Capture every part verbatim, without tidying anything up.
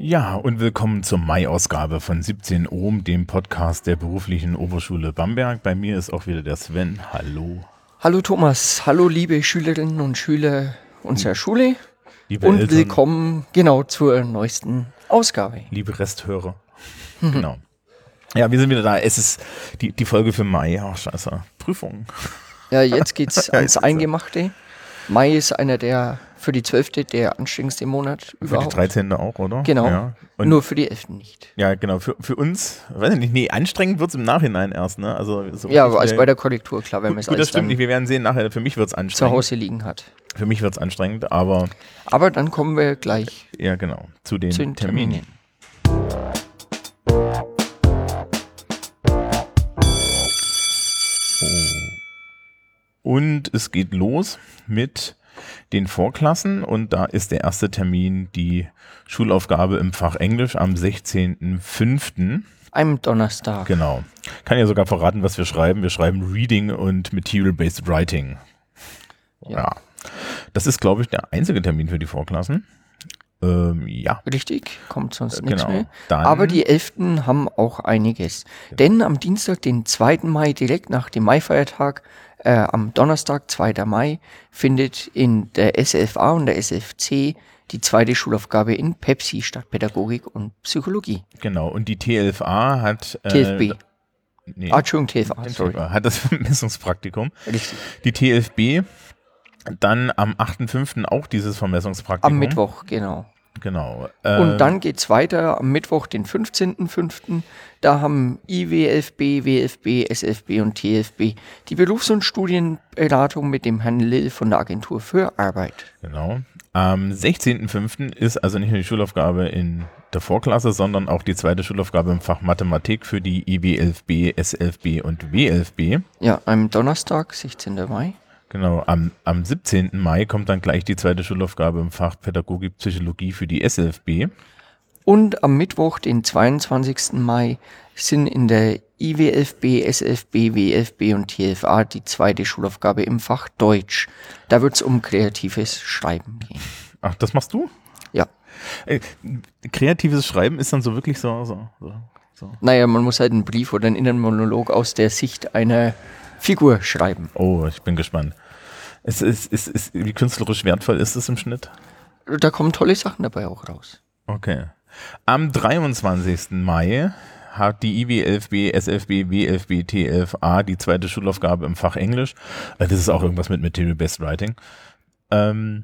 Ja, und willkommen zur Mai-Ausgabe von siebzehn Ohm, dem Podcast der beruflichen Oberschule Bamberg. Bei mir ist auch wieder der Sven. Hallo. Hallo Thomas, hallo liebe Schülerinnen und Schüler unserer Schule Liebe und Eltern, willkommen genau zur neuesten Ausgabe. liebe Resthörer. Genau. Ja, wir sind wieder da. Es ist die, die Folge für Mai. Ach, scheiße. Prüfungen. Ja, jetzt geht's Ja, ans ist so. Eingemachte. Mai ist einer der, für die zwölfte, der anstrengendste Monat Für die überhaupt. dreizehnte auch, oder? Genau, Ja, und nur für die elften nicht. ja, genau. Für, für uns, weiß ich nicht, nee, anstrengend wird es im Nachhinein erst, ne? Also, so Ja, richtig also schnell- bei der Korrektur, klar, wenn man es Gut, das alles stimmt dann nicht. Wir werden sehen nachher. Für mich wird es zu anstrengend. Hause liegen hat. Für mich wird es anstrengend, aber Aber dann kommen wir gleich ja, genau. Zu den, zu den Terminen. Terminen. Und es geht los mit den Vorklassen und da ist der erste Termin die Schulaufgabe im Fach Englisch am sechzehnten fünften Am Donnerstag. Genau. Kann ja sogar verraten, was wir schreiben. Wir schreiben Reading und Material-Based Writing. Ja. Ja. Das ist, glaube ich, der einzige Termin für die Vorklassen. Ähm, ja. Richtig, kommt sonst nichts Genau. mehr. Dann- Aber die Elften haben auch einiges. Denn am Dienstag, den zweiten Mai, direkt nach dem Maifeiertag, äh, am Donnerstag, zweiter Mai, findet in der S F A und der S F C die zweite Schulaufgabe in Pepsi statt, Pädagogik und Psychologie. Genau. Und die T L F A hat äh, T F B. Nee, Ah, Entschuldigung, T F A, den sorry. T F A hat das Vermessungspraktikum. Richtig. Die T F B dann am achten fünften auch dieses Vermessungspraktikum. Am Mittwoch, genau. Genau. Und Ähm, dann geht's weiter am Mittwoch, den fünfzehnten fünften Da haben I W F B, W F B, S F B und T F B die Berufs- und Studienberatung mit dem Herrn Lill von der Agentur für Arbeit. Genau. Am sechzehnten fünften ist also nicht nur die Schulaufgabe in der Vorklasse, sondern auch die zweite Schulaufgabe im Fach Mathematik für die I W F B, S F B und W F B. Ja, am Donnerstag, sechzehnten Mai. Genau, am, am siebzehnten Mai kommt dann gleich die zweite Schulaufgabe im Fach Pädagogik, Psychologie für die S F B. Und am Mittwoch, den zweiundzwanzigsten Mai, sind in der I W F B, S F B, W F B und T F A die zweite Schulaufgabe im Fach Deutsch. Da wird es um kreatives Schreiben gehen. Ach, das machst du? Ja. Äh, kreatives Schreiben ist dann so wirklich so, so, so, so. Naja, man muss halt einen Brief oder einen Innenmonolog aus der Sicht einer Figur schreiben. Oh, ich bin gespannt. Es ist, ist, ist, wie künstlerisch wertvoll ist es im Schnitt? Da kommen tolle Sachen dabei auch raus. Okay. Am dreiundzwanzigsten Mai hat die I W F B, S F B, W F B, T F A die zweite Schulaufgabe im Fach Englisch. Äh, Das ist auch irgendwas mit Material-Based Writing. Ähm,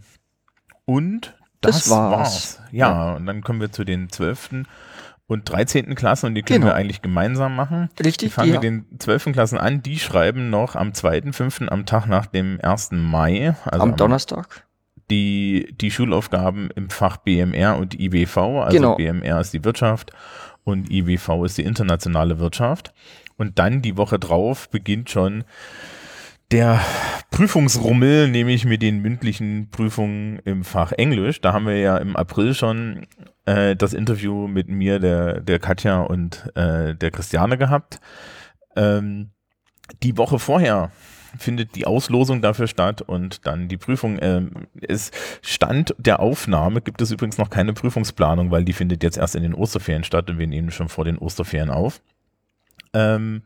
und das, Das war's. war's. Ja, Ja. und dann kommen wir zu den zwölften und dreizehnten Klassen und die können Genau. wir eigentlich gemeinsam machen. Richtig, Wir fangen die- mit den zwölften Klassen an. Die schreiben noch am zweiten fünften am Tag nach dem ersten Mai. Also Am Donnerstag. die, die Schulaufgaben im Fach B M R und I W V. Also Genau. B M R ist die Wirtschaft und I W V ist die internationale Wirtschaft. Und dann die Woche drauf beginnt schon der Prüfungsrummel, nämlich mit den mündlichen Prüfungen im Fach Englisch. Da haben wir ja im April schon äh, das Interview mit mir, der, der Katja und äh, der Christiane gehabt. Ähm, die Woche vorher findet die Auslosung dafür statt und dann die Prüfung. Ähm, es Stand der Aufnahme gibt es übrigens noch keine Prüfungsplanung, weil die findet jetzt erst in den Osterferien statt und wir nehmen schon vor den Osterferien auf. Ähm,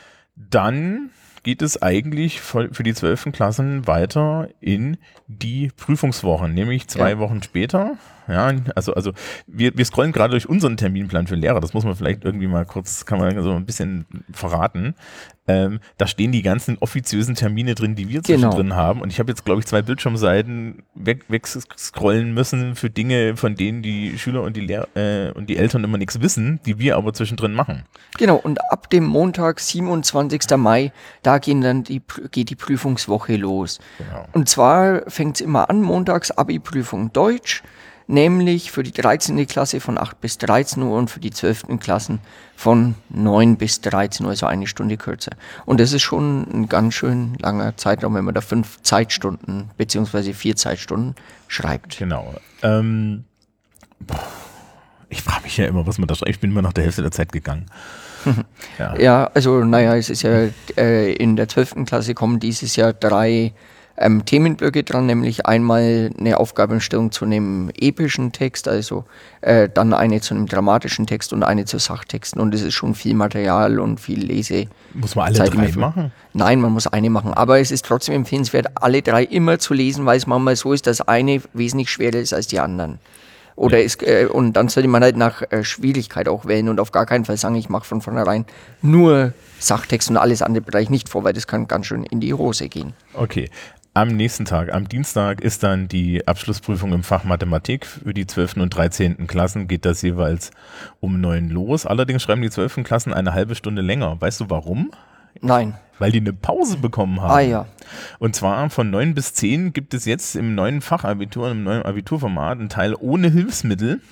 dann geht es eigentlich für für die zwölften Klassen weiter in die Prüfungswochen, nämlich zwei Ja. Wochen später. Ja, also, also wir, wir scrollen gerade durch unseren Terminplan für Lehrer. Das muss man vielleicht irgendwie mal kurz, kann man so ein bisschen verraten. Ähm, da stehen die ganzen offiziösen Termine drin, die wir Genau. zwischendrin haben. Und ich habe jetzt, glaube ich, zwei Bildschirmseiten weg, wegscrollen müssen für Dinge, von denen die Schüler und die Lehr äh, und die Eltern immer nichts wissen, die wir aber zwischendrin machen. Genau, und ab dem Montag, siebenundzwanzigsten Mai, da gehen dann die, Prü- geht die Prüfungswoche los. Genau. Und zwar fängt es immer an, montags Abi-Prüfung Deutsch, nämlich für die dreizehnte Klasse von acht bis dreizehn Uhr und für die zwölften Klassen von neun bis dreizehn Uhr, also eine Stunde kürzer. Und das ist schon ein ganz schön langer Zeitraum, wenn man da fünf Zeitstunden beziehungsweise vier Zeitstunden schreibt. Genau. Ähm, boah, ich frage mich ja immer, was man da schreibt. Ich bin immer nach der Hälfte der Zeit gegangen. Ja. Ja, also naja, es ist ja äh, in der zwölften Klasse kommen dieses Jahr drei ähm, Themenblöcke dran, nämlich einmal eine Aufgabenstellung zu einem epischen Text, also äh, dann eine zu einem dramatischen Text und eine zu Sachtexten. Und es ist schon viel Material und viel Lese. Muss man alle Zeit drei im- machen? Nein, man muss eine machen. Aber es ist trotzdem empfehlenswert, alle drei immer zu lesen, weil es manchmal so ist, dass eine wesentlich schwerer ist als die anderen. Oder Ja. es, äh, und dann sollte man halt nach äh, Schwierigkeit auch wählen und auf gar keinen Fall sagen, ich mache von vornherein nur Sachtext und alles andere Bereich nicht vor, weil das kann ganz schön in die Hose gehen. Okay. Am nächsten Tag, am Dienstag, ist dann die Abschlussprüfung im Fach Mathematik. Für die zwölften und dreizehnten Klassen geht das jeweils um neun los. Allerdings schreiben die zwölften Klassen eine halbe Stunde länger. Weißt du warum? Nein. Weil die eine Pause bekommen haben. Ah ja. Und zwar von neun bis zehn gibt es jetzt im neuen Fachabitur, im neuen Abiturformat einen Teil ohne Hilfsmittel.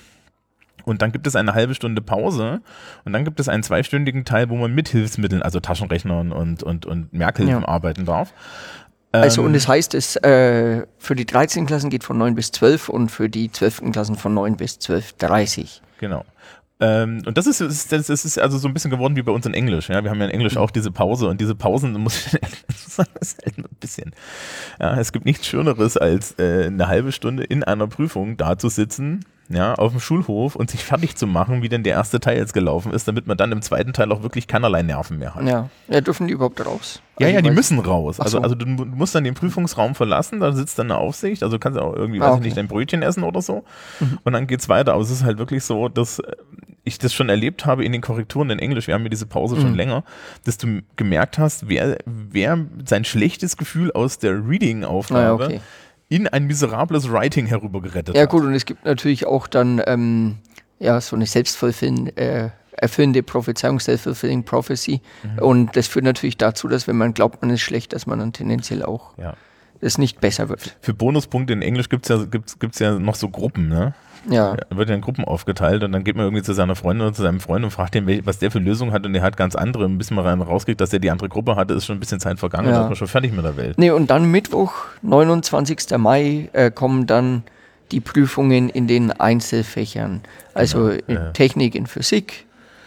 Und dann gibt es eine halbe Stunde Pause und dann gibt es einen zweistündigen Teil, wo man mit Hilfsmitteln, also Taschenrechnern und, und, und Merkhilfen Ja. arbeiten darf. Also Ähm, und das heißt, es äh, für die dreizehn Klassen geht von neun bis zwölf und für die zwölften Klassen von neun bis zwölf Uhr dreißig. Genau. Ähm, und das ist, das ist, das ist also so ein bisschen geworden wie bei uns in Englisch. Ja? Wir haben ja in Englisch auch diese Pause und diese Pausen, muss ich ehrlich sagen, das ist halt ein bisschen. Ja, es gibt nichts Schöneres, als äh, eine halbe Stunde in einer Prüfung da zu sitzen, ja, auf dem Schulhof und sich fertig zu machen, wie denn der erste Teil jetzt gelaufen ist, damit man dann im zweiten Teil auch wirklich keinerlei Nerven mehr hat. Ja. Ja, dürfen die überhaupt raus? Ja, Also ja, ich die weiß- müssen raus. Ach Also, so. also du, du musst dann den Prüfungsraum verlassen, da sitzt dann eine Aufsicht, also du kannst ja auch irgendwie, Ah, weiß ich okay. nicht, dein Brötchen essen oder so und dann geht's weiter. Aber es ist halt wirklich so, dass äh, ich das schon erlebt habe in den Korrekturen in Englisch, wir haben ja diese Pause schon Mhm. länger, dass du m- gemerkt hast, wer, wer sein schlechtes Gefühl aus der Reading-Aufgabe Ah, ja, okay. in ein miserables Writing herübergerettet Ja hat. gut, und es gibt natürlich auch dann ähm, ja, so eine selbstvollfüllende, äh, erfüllende Prophezeiung, self-fulfilling prophecy. Mhm. Und das führt natürlich dazu, dass wenn man glaubt, man ist schlecht, dass man dann tendenziell auch Ja. das nicht besser wird. Für Bonuspunkte in Englisch gibt's ja, gibt's, gibt's ja noch so Gruppen, ne? Ja, Ja, wird ja in Gruppen aufgeteilt und dann geht man irgendwie zu seiner Freundin oder zu seinem Freund und fragt ihn, wel- was der für Lösungen hat und der hat ganz andere. Und bis man rein rauskriegt, dass der die andere Gruppe hatte, ist schon ein bisschen Zeit vergangen und Ja. dann ist man schon fertig mit der Welt. nee, und dann Mittwoch, neunundzwanzigsten Mai, äh, kommen dann die Prüfungen in den Einzelfächern. Also Genau, in ja. Technik in Physik,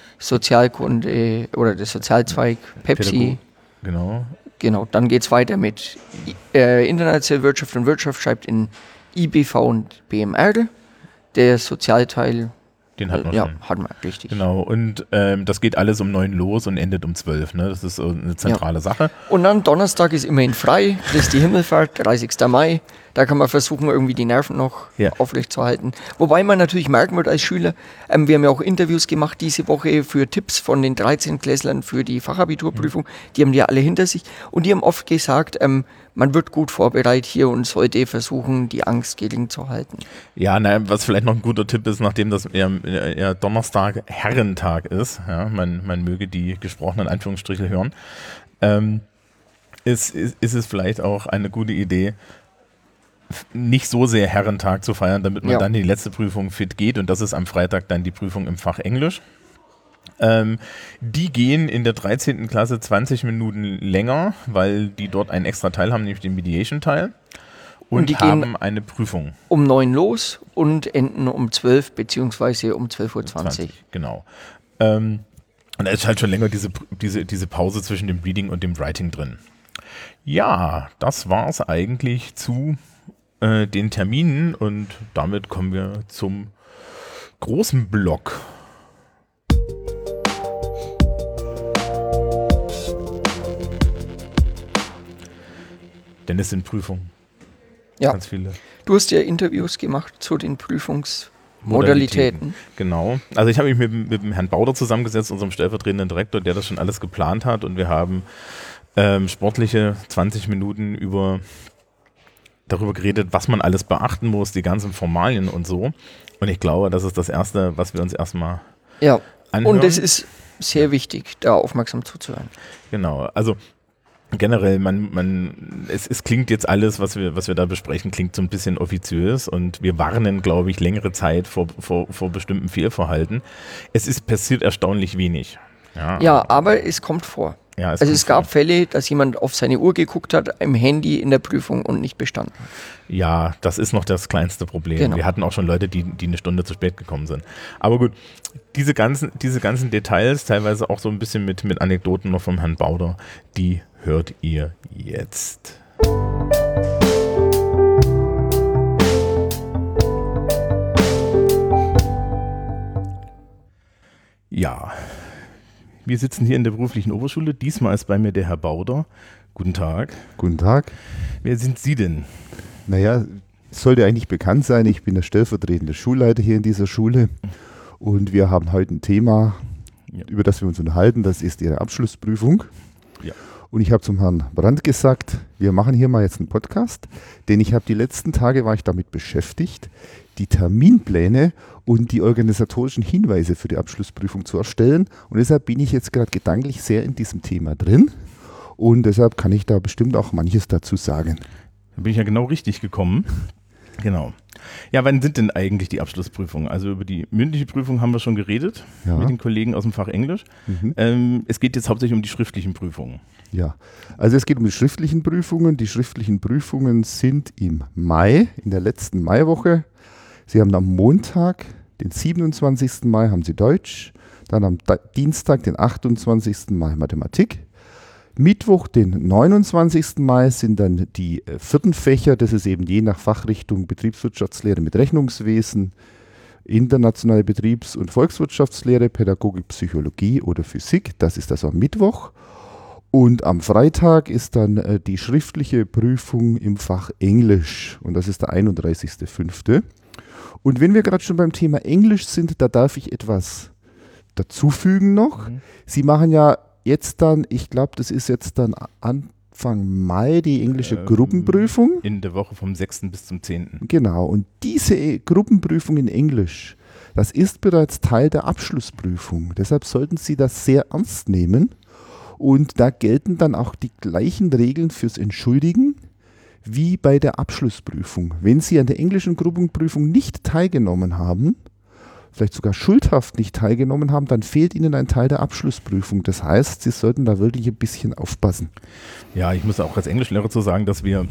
Sozialkunde oder der Sozialzweig, Pepsi. Pädago- Genau. Genau, dann geht es weiter mit äh, internationale Wirtschaft und Wirtschaft, schreibt in I B V und B M R. Der Sozialteil, Den hat man ja, schon. hat man, richtig. Genau. Und ähm, das geht alles um neun los und endet um zwölf. Ne? Das ist so eine zentrale Sache. Und dann Donnerstag ist immerhin frei, Christi Himmelfahrt, dreißigsten Mai. Da kann man versuchen, irgendwie die Nerven noch Ja. aufrechtzuerhalten. Wobei man natürlich merken wird als Schüler, ähm, wir haben ja auch Interviews gemacht diese Woche für Tipps von den dreizehn-Klässlern für die Fachabiturprüfung. Die haben die alle hinter sich. Und die haben oft gesagt, ähm, man wird gut vorbereitet hier und sollte versuchen, die Angst gering zu halten. Ja, na, was vielleicht noch ein guter Tipp ist, nachdem das eher, eher Donnerstag Herrentag ist, ja, man, man möge die gesprochenen Anführungsstriche hören, ähm, ist, ist, ist es vielleicht auch eine gute Idee, f- nicht so sehr Herrentag zu feiern, damit man Ja. dann in die letzte Prüfung fit geht und das ist am Freitag dann die Prüfung im Fach Englisch. Ähm, die gehen in der dreizehnten Klasse zwanzig Minuten länger, weil die dort einen extra Teil haben, nämlich den Mediation-Teil und, Und die gehen- haben eine Prüfung. Um neun los und enden um zwölf beziehungsweise um zwölf Uhr zwanzig. Genau. Ähm, und da ist halt schon länger diese, diese, diese Pause zwischen dem Reading und dem Writing drin. Ja, das war es eigentlich zu äh, den Terminen und damit kommen wir zum großen Block. Denn es sind Prüfungen. Ja. Ganz viele. Du hast ja Interviews gemacht zu den Prüfungsmodalitäten. Genau. Also ich habe mich mit, mit dem Herrn Bauder zusammengesetzt, unserem stellvertretenden Direktor, der das schon alles geplant hat und wir haben ähm, sportliche zwanzig Minuten über darüber geredet, was man alles beachten muss, die ganzen Formalien und so. Und ich glaube, das ist das Erste, was wir uns erstmal Ja, anhören. und es ist sehr wichtig, da aufmerksam zuzuhören. Genau, also generell, man, man, es, es klingt jetzt alles, was wir, was wir da besprechen, klingt so ein bisschen offiziös und wir warnen, glaube ich, längere Zeit vor, vor, vor bestimmten Fehlverhalten. Es ist passiert erstaunlich wenig. Ja, Ja, aber es kommt vor. ja, Also kommt es gab vor. Fälle, dass jemand auf seine Uhr geguckt hat, im Handy in der Prüfung und nicht bestanden. Ja, das ist noch das kleinste Problem. Genau. Wir hatten auch schon Leute, die, die eine Stunde zu spät gekommen sind. Aber gut, diese ganzen, diese ganzen Details, teilweise auch so ein bisschen mit, mit Anekdoten noch vom Herrn Bauder, die hört ihr jetzt. Ja, wir sitzen hier in der beruflichen Oberschule. Diesmal ist bei mir der Herr Bauder. Guten Tag. Guten Tag. Wer sind Sie denn? Naja, es sollte eigentlich bekannt sein, ich bin der stellvertretende Schulleiter hier in dieser Schule und wir haben heute ein Thema, ja. über das wir uns unterhalten, das ist Ihre Abschlussprüfung. Ja. Und ich habe zum Herrn Brandt gesagt, wir machen hier mal jetzt einen Podcast, denn ich habe die letzten Tage, war ich damit beschäftigt, die Terminpläne und die organisatorischen Hinweise für die Abschlussprüfung zu erstellen. Und deshalb bin ich jetzt gerade gedanklich sehr in diesem Thema drin und deshalb kann ich da bestimmt auch manches dazu sagen. Da bin ich ja genau richtig gekommen. Genau. Ja, wann sind denn eigentlich die Abschlussprüfungen? Also über die mündliche Prüfung haben wir schon geredet, ja. mit den Kollegen aus dem Fach Englisch. Mhm. Ähm, es geht jetzt hauptsächlich um die schriftlichen Prüfungen. Ja, also es geht um die schriftlichen Prüfungen. Die schriftlichen Prüfungen sind im Mai, in der letzten Maiwoche. Sie haben am Montag, den siebenundzwanzigsten Mai, haben Sie Deutsch. Dann am Dienstag, den achtundzwanzigsten Mai, Mathematik. Mittwoch, den neunundzwanzigsten Mai, sind dann die äh, vierten Fächer, das ist eben je nach Fachrichtung Betriebswirtschaftslehre mit Rechnungswesen, internationale Betriebs- und Volkswirtschaftslehre, Pädagogik, Psychologie oder Physik, das ist das am Mittwoch. Und am Freitag ist dann äh, die schriftliche Prüfung im Fach Englisch und das ist der einunddreißigsten fünften Und wenn wir gerade schon beim Thema Englisch sind, da darf ich etwas dazufügen noch. Mhm. Sie machen ja jetzt dann, ich glaube, das ist jetzt dann Anfang Mai die englische ähm, Gruppenprüfung. In der Woche vom sechsten bis zum zehnten Genau, und diese Gruppenprüfung in Englisch, das ist bereits Teil der Abschlussprüfung. Deshalb sollten Sie das sehr ernst nehmen. Und da gelten dann auch die gleichen Regeln fürs Entschuldigen wie bei der Abschlussprüfung. Wenn Sie an der englischen Gruppenprüfung nicht teilgenommen haben, vielleicht sogar schuldhaft nicht teilgenommen haben, dann fehlt Ihnen ein Teil der Abschlussprüfung. Das heißt, Sie sollten da wirklich ein bisschen aufpassen. Ja, ich muss auch als Englischlehrer zu sagen, dass wir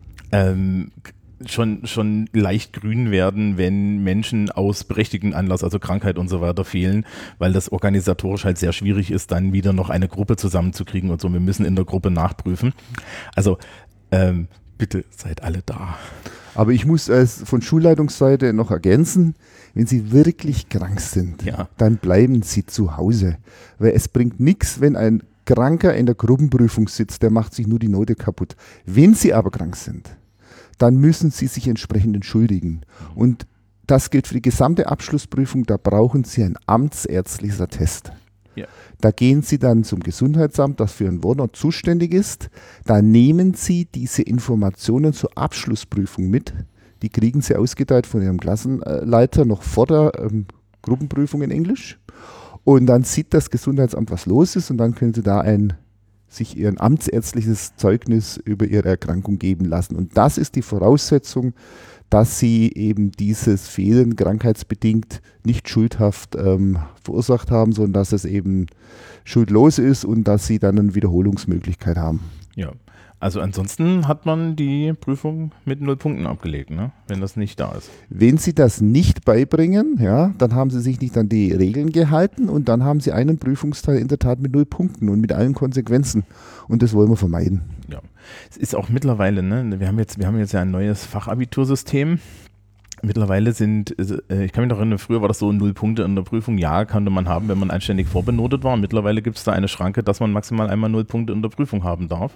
ähm, schon, schon leicht grün werden, wenn Menschen aus berechtigten Anlass, also Krankheit und so weiter, fehlen, weil das organisatorisch halt sehr schwierig ist, dann wieder noch eine Gruppe zusammenzukriegen und so. Wir müssen in der Gruppe nachprüfen. Also ähm, bitte seid alle da. Aber ich muss es von Schulleitungsseite noch ergänzen, wenn Sie wirklich krank sind, ja. dann bleiben Sie zu Hause. Weil es bringt nichts, wenn ein Kranker in der Gruppenprüfung sitzt, der macht sich nur die Note kaputt. Wenn Sie aber krank sind, dann müssen Sie sich entsprechend entschuldigen. Und das gilt für die gesamte Abschlussprüfung, da brauchen Sie ein amtsärztliches Attest. Ja. Da gehen Sie dann zum Gesundheitsamt, das für Ihren Wohnort zuständig ist. Da nehmen Sie diese Informationen zur Abschlussprüfung mit. Die kriegen Sie ausgeteilt von Ihrem Klassenleiter noch vor der ähm, Gruppenprüfung in Englisch. Und dann sieht das Gesundheitsamt, was los ist. Und dann können Sie da ein, sich Ihr amtsärztliches Zeugnis über Ihre Erkrankung geben lassen. Und das ist die Voraussetzung, dass Sie eben dieses Fehlen krankheitsbedingt nicht schuldhaft ähm, verursacht haben, sondern dass es eben schuldlos ist und dass Sie dann eine Wiederholungsmöglichkeit haben. Ja, also ansonsten hat man die Prüfung mit null Punkten abgelegt, ne? Wenn das nicht da ist. Wenn Sie das nicht beibringen, ja, dann haben Sie sich nicht an die Regeln gehalten und dann haben Sie einen Prüfungsteil in der Tat mit null Punkten und mit allen Konsequenzen. Und das wollen wir vermeiden. Ja, es ist auch mittlerweile, ne, wir haben jetzt, wir haben jetzt ja ein neues Fachabitursystem. Mittlerweile sind, ich kann mich noch erinnern, früher war das so null Punkte in der Prüfung. Ja, konnte man haben, wenn man anständig vorbenotet war. Mittlerweile gibt es da eine Schranke, dass man maximal einmal null Punkte in der Prüfung haben darf.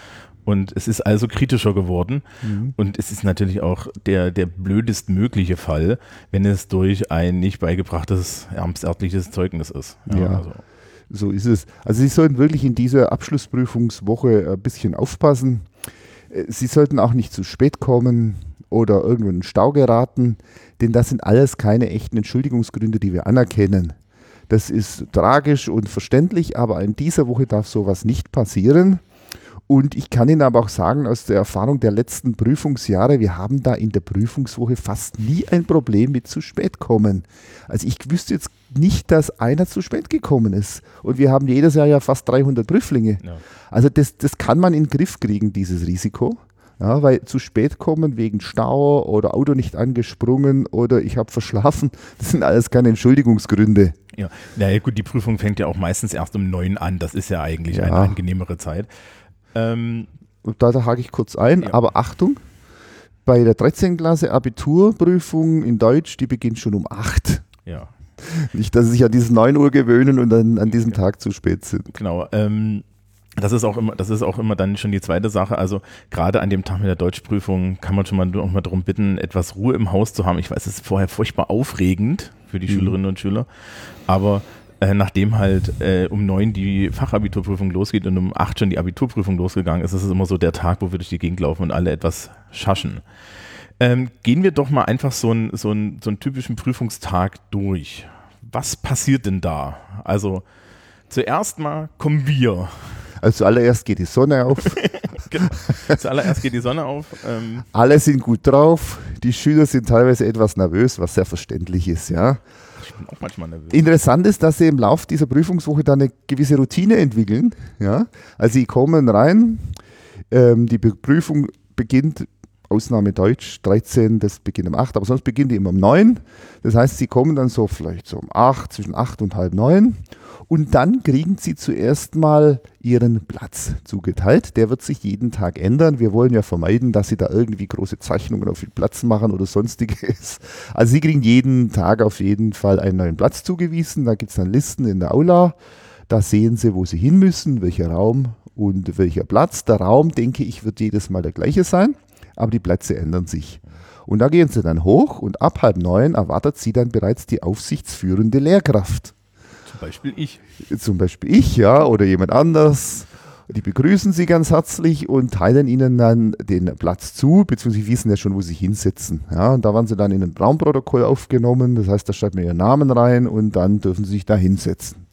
Und es ist also kritischer geworden. Mhm. Und es ist natürlich auch der, der blödest mögliche Fall, wenn es durch ein nicht beigebrachtes amtsärztliches Zeugnis ist. Ja, ja. Also. So ist es. Also Sie sollten wirklich in dieser Abschlussprüfungswoche ein bisschen aufpassen. Sie sollten auch nicht zu spät kommen oder irgendwo in den Stau geraten, denn das sind alles keine echten Entschuldigungsgründe, die wir anerkennen. Das ist tragisch und verständlich, aber in dieser Woche darf sowas nicht passieren. Und ich kann Ihnen aber auch sagen, aus der Erfahrung der letzten Prüfungsjahre, wir haben da in der Prüfungswoche fast nie ein Problem mit zu spät kommen. Also ich wüsste jetzt nicht, dass einer zu spät gekommen ist. Und wir haben jedes Jahr ja fast dreihundert Prüflinge. Ja. Also das, das kann man in den Griff kriegen, dieses Risiko. Ja, weil zu spät kommen wegen Stau oder Auto nicht angesprungen oder ich habe verschlafen, das sind alles keine Entschuldigungsgründe. Ja, naja gut, die Prüfung fängt ja auch meistens erst um neun an. Das ist ja eigentlich ja. eine angenehmere Zeit. Ähm, Und da, da hake ich kurz ein, ja. aber Achtung, bei der dreizehnten Klasse Abiturprüfung in Deutsch, die beginnt schon um acht. Ja. Nicht, dass sie sich an diese neun Uhr gewöhnen und dann an diesem Tag zu spät sind. Genau. Ähm, das ist auch immer, das ist auch immer dann schon die zweite Sache. Also gerade an dem Tag mit der Deutschprüfung kann man schon mal, auch mal darum bitten, etwas Ruhe im Haus zu haben. Ich weiß, es ist vorher furchtbar aufregend für die mhm. Schülerinnen und Schüler, aber äh, nachdem halt äh, um neun die Fachabiturprüfung losgeht und um acht schon die Abiturprüfung losgegangen ist, ist es immer so der Tag, wo wir durch die Gegend laufen und alle etwas schaschen. Ähm, gehen wir doch mal einfach so einen so einen, so einen typischen Prüfungstag durch. Was passiert denn da? Also zuerst mal kommen wir. Also zuallererst geht die Sonne auf. Genau. Zuallererst geht die Sonne auf. Ähm. Alle sind gut drauf. Die Schüler sind teilweise etwas nervös, was sehr verständlich ist, ja. Ich bin auch manchmal nervös. Interessant ist, dass sie im Laufe dieser Prüfungswoche dann eine gewisse Routine entwickeln. Ja? Also sie kommen rein, ähm, die Prüfung beginnt, Ausnahme Deutsch, dreizehn, das beginnt um acht, aber sonst beginnt die immer um neun. Das heißt, sie kommen dann so vielleicht so um acht, zwischen acht und halb neun. Und dann kriegen sie zuerst mal ihren Platz zugeteilt. Der wird sich jeden Tag ändern. Wir wollen ja vermeiden, dass sie da irgendwie große Zeichnungen auf den Platz machen oder sonstiges. Also sie kriegen jeden Tag auf jeden Fall einen neuen Platz zugewiesen. Da gibt es dann Listen in der Aula. Da sehen sie, wo sie hin müssen, welcher Raum und welcher Platz. Der Raum, denke ich, wird jedes Mal der gleiche sein, aber die Plätze ändern sich. Und da gehen sie dann hoch und ab halb neun erwartet sie dann bereits die aufsichtsführende Lehrkraft. Zum Beispiel ich. Zum Beispiel ich, ja, oder jemand anders. Die begrüßen sie ganz herzlich und teilen ihnen dann den Platz zu, beziehungsweise wissen ja schon, wo sie hinsetzen. Ja, und da waren sie dann in ein Raumprotokoll aufgenommen, das heißt, da schreibt man ihren Namen rein und dann dürfen sie sich da hinsetzen.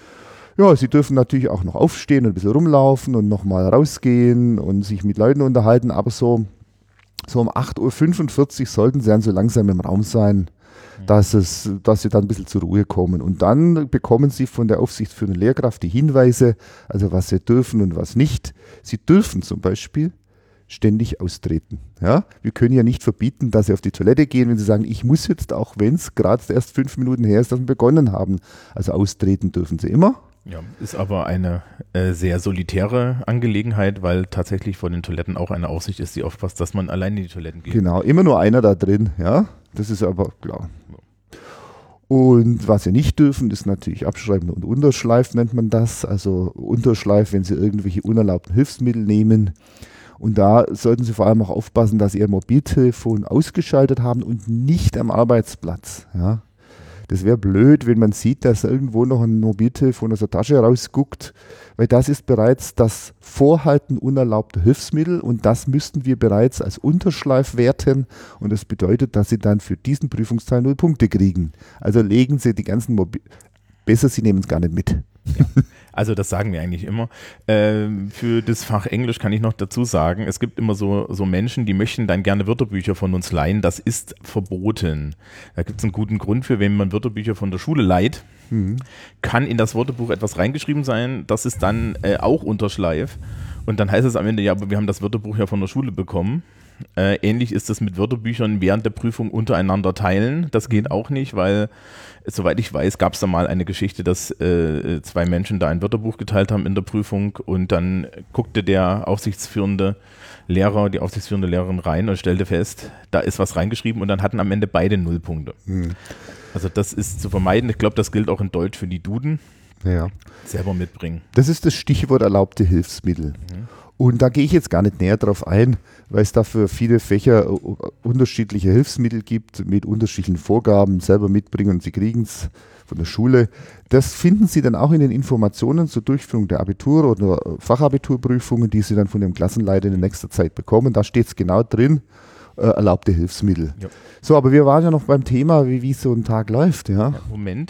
Ja, sie dürfen natürlich auch noch aufstehen und ein bisschen rumlaufen und nochmal rausgehen und sich mit Leuten unterhalten, aber so, so um acht Uhr fünfundvierzig sollten sie dann so langsam im Raum sein, dass, es, dass sie dann ein bisschen zur Ruhe kommen. Und dann bekommen sie von der aufsichtsführenden Lehrkraft die Hinweise, also was sie dürfen und was nicht. Sie dürfen zum Beispiel ständig austreten. Ja? Wir können ja nicht verbieten, dass sie auf die Toilette gehen, wenn sie sagen, ich muss jetzt, auch wenn es gerade erst fünf Minuten her ist, dass wir begonnen haben. Also austreten dürfen sie immer. Ja, ist aber eine äh, sehr solitäre Angelegenheit, weil tatsächlich vor den Toiletten auch eine Aufsicht ist, die aufpasst, dass man allein in die Toiletten geht. Genau, immer nur einer da drin, ja, das ist aber klar. Und was sie nicht dürfen, ist natürlich Abschreiben und Unterschleif nennt man das, also Unterschleif, wenn sie irgendwelche unerlaubten Hilfsmittel nehmen. Und da sollten sie vor allem auch aufpassen, dass sie ihr Mobiltelefon ausgeschaltet haben und nicht am Arbeitsplatz, ja. Das wäre blöd, wenn man sieht, dass irgendwo noch ein Mobiltelefon aus der Tasche rausguckt, weil das ist bereits das Vorhalten unerlaubter Hilfsmittel und das müssten wir bereits als Unterschleif werten und das bedeutet, dass Sie dann für diesen Prüfungsteil null Punkte kriegen. Also legen Sie die ganzen Mobil... Besser, Sie nehmen es gar nicht mit. Ja. Also das sagen wir eigentlich immer. Ähm, für das Fach Englisch kann ich noch dazu sagen, es gibt immer so, so Menschen, die möchten dann gerne Wörterbücher von uns leihen. Das ist verboten. Da gibt es einen guten Grund für, wenn man Wörterbücher von der Schule leiht, mhm. kann in das Wörterbuch etwas reingeschrieben sein. Das ist dann äh, auch Unterschleif. Und dann heißt es am Ende, ja, aber wir haben das Wörterbuch ja von der Schule bekommen. Äh, ähnlich ist es mit Wörterbüchern während der Prüfung untereinander teilen. Das geht auch nicht, weil, soweit ich weiß, gab es da mal eine Geschichte, dass äh, zwei Menschen da ein Wörterbuch geteilt haben in der Prüfung und dann guckte der aufsichtsführende Lehrer, die aufsichtsführende Lehrerin rein und stellte fest, da ist was reingeschrieben und dann hatten am Ende beide Nullpunkte. Mhm. Also das ist zu vermeiden. Ich glaube, das gilt auch in Deutsch für die Duden. Ja. Selber mitbringen. Das ist das Stichwort erlaubte Hilfsmittel. Mhm. Und da gehe ich jetzt gar nicht näher drauf ein, weil es dafür viele Fächer unterschiedliche Hilfsmittel gibt, mit unterschiedlichen Vorgaben, selber mitbringen und sie kriegen es von der Schule. Das finden Sie dann auch in den Informationen zur Durchführung der Abitur- oder Fachabiturprüfungen, die Sie dann von dem Klassenleiter in nächster Zeit bekommen. Da steht es genau drin, äh, erlaubte Hilfsmittel. Ja. So, aber wir waren ja noch beim Thema, wie, wie so ein Tag läuft. Ja? Ja, Moment.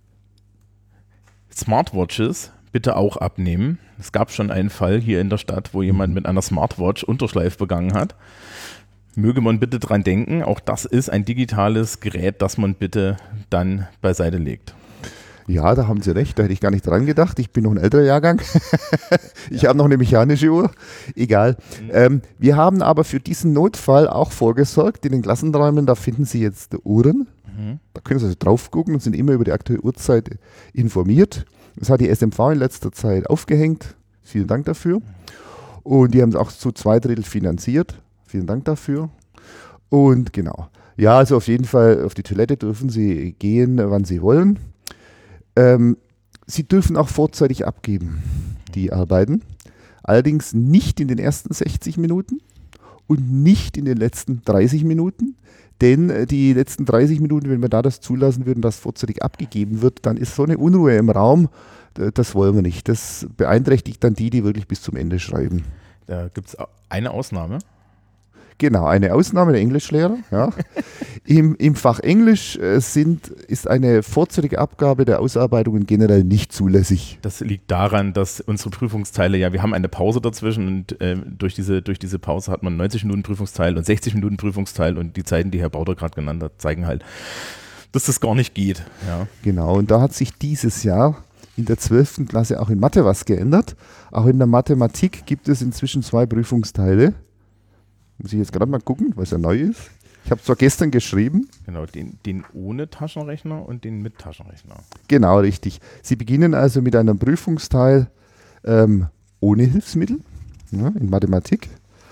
Smartwatches bitte auch abnehmen. Es gab schon einen Fall hier in der Stadt, wo jemand mit einer Smartwatch Unterschleif begangen hat. Möge man bitte dran denken, auch das ist ein digitales Gerät, das man bitte dann beiseite legt. Ja, da haben Sie recht, da hätte ich gar nicht dran gedacht. Ich bin noch ein älterer Jahrgang. Ich ja. habe noch eine mechanische Uhr. Egal. Mhm. Ähm, wir haben aber für diesen Notfall auch vorgesorgt. In den Klassenräumen, da finden Sie jetzt Uhren. Mhm. Da können Sie also drauf gucken und sind immer über die aktuelle Uhrzeit informiert. Das hat die S M V in letzter Zeit aufgehängt. Vielen Dank dafür. Und die haben es auch zu zwei Drittel finanziert. Vielen Dank dafür. Und genau. Ja, also auf jeden Fall auf die Toilette dürfen Sie gehen, wann Sie wollen. Ähm, Sie dürfen auch vorzeitig abgeben, die Arbeiten. Allerdings nicht in den ersten sechzig Minuten und nicht in den letzten dreißig Minuten. Denn die letzten dreißig Minuten, wenn wir da das zulassen würden, dass vorzeitig abgegeben wird, dann ist so eine Unruhe im Raum, das wollen wir nicht. Das beeinträchtigt dann die, die wirklich bis zum Ende schreiben. Da gibt es eine Ausnahme. Genau, eine Ausnahme, der Englischlehrer. Ja. Im, Im Fach Englisch sind, ist eine vorzeitige Abgabe der Ausarbeitungen generell nicht zulässig. Das liegt daran, dass unsere Prüfungsteile, ja, wir haben eine Pause dazwischen und äh, durch, diese, durch diese Pause hat man neunzig Minuten Prüfungsteil und sechzig Minuten Prüfungsteil und die Zeiten, die Herr Bauder gerade genannt hat, zeigen halt, dass das gar nicht geht. Ja. Genau, und da hat sich dieses Jahr in der zwölften Klasse auch in Mathe was geändert. Auch in der Mathematik gibt es inzwischen zwei Prüfungsteile. Muss ich jetzt gerade mal gucken, was ja neu ist. Ich habe zwar gestern geschrieben. Genau, den, den ohne Taschenrechner und den mit Taschenrechner. Genau, richtig. Sie beginnen also mit einem Prüfungsteil ähm, ohne Hilfsmittel, ja, in Mathematik.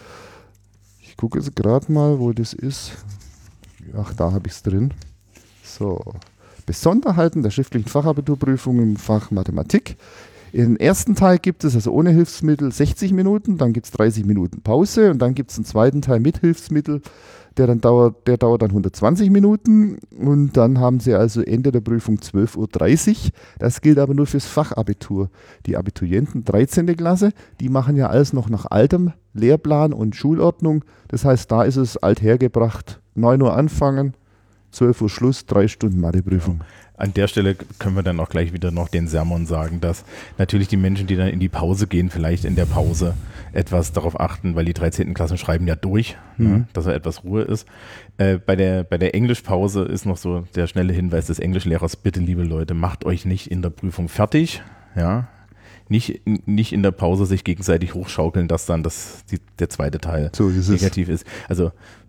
Ich gucke jetzt gerade mal, wo das ist. Ach, da habe ich es drin. So, Besonderheiten der schriftlichen Fachabiturprüfung im Fach Mathematik. Im ersten Teil gibt es also ohne Hilfsmittel sechzig Minuten, dann gibt es dreißig Minuten Pause und dann gibt es einen zweiten Teil mit Hilfsmittel, der dann dauert, der dauert dann hundertzwanzig Minuten und dann haben Sie also Ende der Prüfung zwölf Uhr dreißig. Das gilt aber nur fürs Fachabitur. Die Abiturienten dreizehnte Klasse, die machen ja alles noch nach altem Lehrplan und Schulordnung. Das heißt, da ist es althergebracht, neun Uhr anfangen, zwölf Uhr Schluss, drei Stunden Matheprüfung. Ja. An der Stelle können wir dann auch gleich wieder noch den Sermon sagen, dass natürlich die Menschen, die dann in die Pause gehen, vielleicht in der Pause etwas darauf achten, weil die dreizehnten Klassen schreiben ja durch, mhm. ne, dass da etwas Ruhe ist. Äh, bei der, bei der Englischpause ist noch so der schnelle Hinweis des Englischlehrers, bitte liebe Leute, macht euch nicht in der Prüfung fertig, ja, nicht, nicht in der Pause sich gegenseitig hochschaukeln, dass dann das, die, der zweite Teil so ist negativ es. ist. Also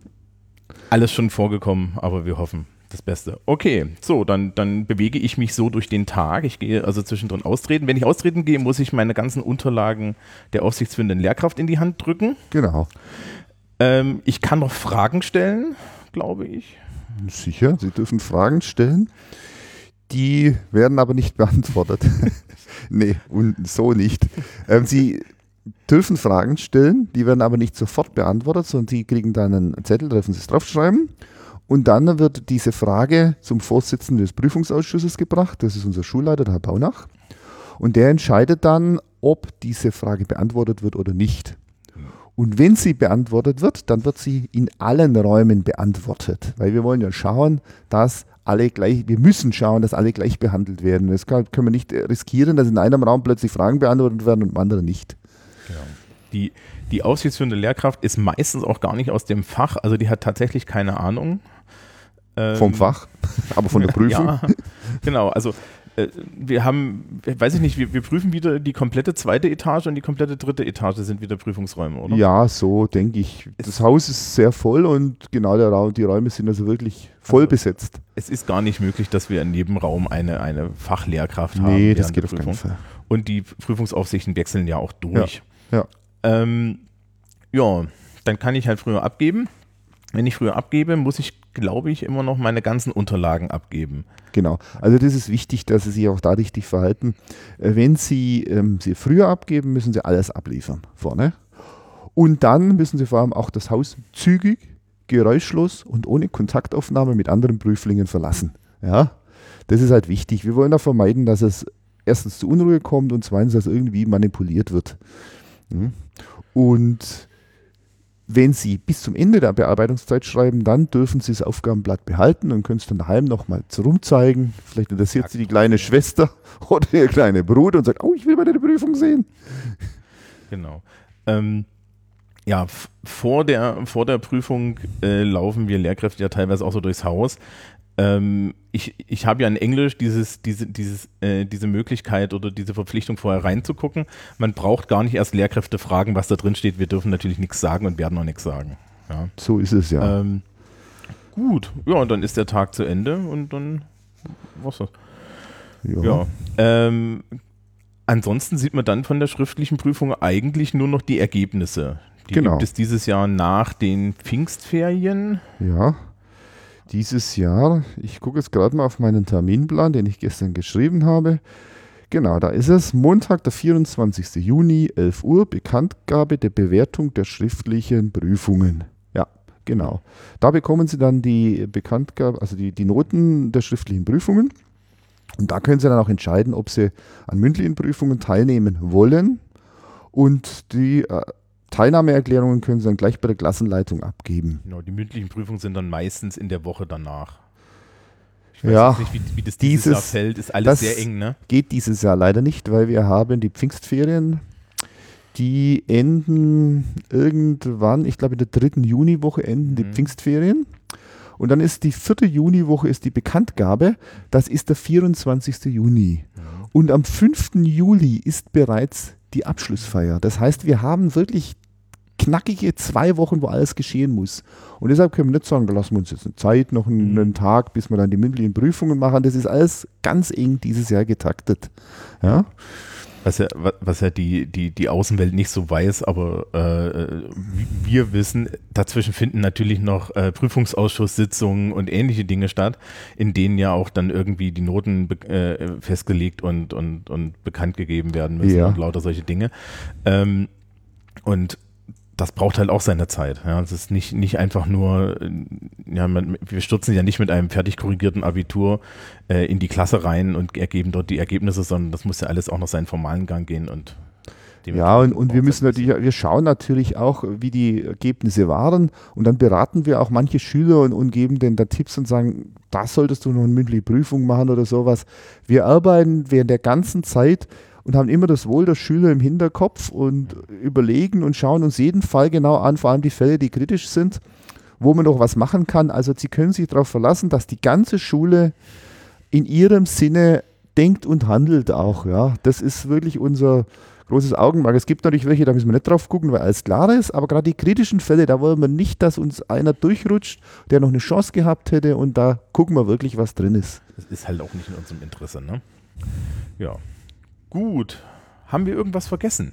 alles schon vorgekommen, aber wir hoffen das Beste. Okay, so, dann, dann bewege ich mich so durch den Tag. Ich gehe also zwischendrin austreten. Wenn ich austreten gehe, muss ich meine ganzen Unterlagen der aufsichtsführenden Lehrkraft in die Hand drücken. Genau. Ähm, ich kann noch Fragen stellen, glaube ich. Sicher, Sie dürfen Fragen stellen. Die werden aber nicht beantwortet. Nee, und so nicht. Ähm, Sie dürfen Fragen stellen, die werden aber nicht sofort beantwortet, sondern Sie kriegen dann einen Zettel, da dürfen Sie es draufschreiben. Und dann wird diese Frage zum Vorsitzenden des Prüfungsausschusses gebracht. Das ist unser Schulleiter, der Herr Baunach. Und der entscheidet dann, ob diese Frage beantwortet wird oder nicht. Und wenn sie beantwortet wird, dann wird sie in allen Räumen beantwortet. Weil wir wollen ja schauen, dass alle gleich, wir müssen schauen, dass alle gleich behandelt werden. Das kann, können wir nicht riskieren, dass in einem Raum plötzlich Fragen beantwortet werden und im anderen nicht. Genau. Die, die aufsichtsführende Lehrkraft ist meistens auch gar nicht aus dem Fach, also die hat tatsächlich keine Ahnung. Vom Fach, aber von der Prüfung. Ja, genau, also äh, wir haben, weiß ich nicht, wir, wir prüfen wieder die komplette zweite Etage und die komplette dritte Etage sind wieder Prüfungsräume, oder? Ja, so denke ich. Das Haus ist sehr voll und genau der Raum, die Räume sind also wirklich voll also, besetzt. Es ist gar nicht möglich, dass wir in jedem Raum eine, eine Fachlehrkraft haben. Nee, das geht auf keinen Fall. Und die Prüfungsaufsichten wechseln ja auch durch. Ja, ja. Ähm, ja, dann kann ich halt früher abgeben. Wenn ich früher abgebe, muss ich, glaube ich, immer noch meine ganzen Unterlagen abgeben. Genau. Also das ist wichtig, dass Sie sich auch da richtig verhalten. Wenn Sie ähm, sie früher abgeben, müssen Sie alles abliefern vorne. Und dann müssen Sie vor allem auch das Haus zügig, geräuschlos und ohne Kontaktaufnahme mit anderen Prüflingen verlassen. Ja, das ist halt wichtig. Wir wollen auch vermeiden, dass es erstens zu Unruhe kommt und zweitens, dass irgendwie manipuliert wird. Und wenn Sie bis zum Ende der Bearbeitungszeit schreiben, dann dürfen Sie das Aufgabenblatt behalten und können es dann daheim nochmal rumzeigen. Vielleicht interessiert Sie die kleine Schwester oder Ihr kleiner Bruder und sagt, oh, ich will mal deine Prüfung sehen. Genau. Ähm, ja, f- vor der, vor der Prüfung äh, laufen wir Lehrkräfte ja teilweise auch so durchs Haus. Ähm, ich ich habe ja in Englisch dieses, diese, dieses, äh, diese Möglichkeit oder diese Verpflichtung vorher reinzugucken. Man braucht gar nicht erst Lehrkräfte fragen, was da drin steht. Wir dürfen natürlich nichts sagen und werden auch nichts sagen. Ja. So ist es ja. Ähm, gut, ja, und dann ist der Tag zu Ende und dann was das? Ja. Ja. Ähm, ansonsten sieht man dann von der schriftlichen Prüfung eigentlich nur noch die Ergebnisse. Die genau. gibt es dieses Jahr nach den Pfingstferien. Ja. Dieses Jahr, ich gucke jetzt gerade mal auf meinen Terminplan, den ich gestern geschrieben habe. Genau, da ist es. Montag, der vierundzwanzigsten Juni, elf Uhr, Bekanntgabe der Bewertung der schriftlichen Prüfungen. Ja, genau. Da bekommen Sie dann die Bekanntgabe, also die, die Noten der schriftlichen Prüfungen. Und da können Sie dann auch entscheiden, ob Sie an mündlichen Prüfungen teilnehmen wollen. Und die äh, Teilnahmeerklärungen können Sie dann gleich bei der Klassenleitung abgeben. Genau, die mündlichen Prüfungen sind dann meistens in der Woche danach. Ich weiß ja, nicht, wie, wie das dieses, dieses Jahr fällt, ist alles sehr eng, ne? Geht dieses Jahr leider nicht, weil wir haben die Pfingstferien, die enden irgendwann, ich glaube in der dritten Juniwoche enden die mhm. Pfingstferien. Und dann ist die vierte Juniwoche ist die Bekanntgabe, das ist der vierundzwanzigsten Juni. Mhm. Und am fünften Juli ist bereits die Abschlussfeier. Das heißt, wir haben wirklich knackige zwei Wochen, wo alles geschehen muss. Und deshalb können wir nicht sagen, da lassen wir uns jetzt eine Zeit, noch einen, mhm. einen Tag, bis wir dann die mündlichen Prüfungen machen. Das ist alles ganz eng dieses Jahr getaktet. Ja. Was ja, was ja die, die, die Außenwelt nicht so weiß, aber äh, wir wissen, dazwischen finden natürlich noch äh, Prüfungsausschusssitzungen und ähnliche Dinge statt, in denen ja auch dann irgendwie die Noten äh, festgelegt und, und, und bekannt gegeben werden müssen ja. und lauter solche Dinge. Ähm, und das braucht halt auch seine Zeit. Ja, es ist nicht, nicht einfach nur, ja, man, wir stürzen ja nicht mit einem fertig korrigierten Abitur äh, in die Klasse rein und ergeben dort die Ergebnisse, sondern das muss ja alles auch noch seinen formalen Gang gehen. Und ja, und, und wir müssen natürlich, wir schauen natürlich auch, wie die Ergebnisse waren und dann beraten wir auch manche Schüler und, und geben denen da Tipps und sagen, da solltest du noch eine mündliche Prüfung machen oder sowas. Wir arbeiten während der ganzen Zeit und haben immer das Wohl der Schüler im Hinterkopf und überlegen und schauen uns jeden Fall genau an, vor allem die Fälle, die kritisch sind, wo man noch was machen kann. Also Sie können sich darauf verlassen, dass die ganze Schule in ihrem Sinne denkt und handelt auch. Ja. Das ist wirklich unser großes Augenmerk. Es gibt natürlich welche, da müssen wir nicht drauf gucken, weil alles klar ist, aber gerade die kritischen Fälle, da wollen wir nicht, dass uns einer durchrutscht, der noch eine Chance gehabt hätte und da gucken wir wirklich, was drin ist. Das ist halt auch nicht in unserem Interesse, ne? Ja. Gut. Haben wir irgendwas vergessen?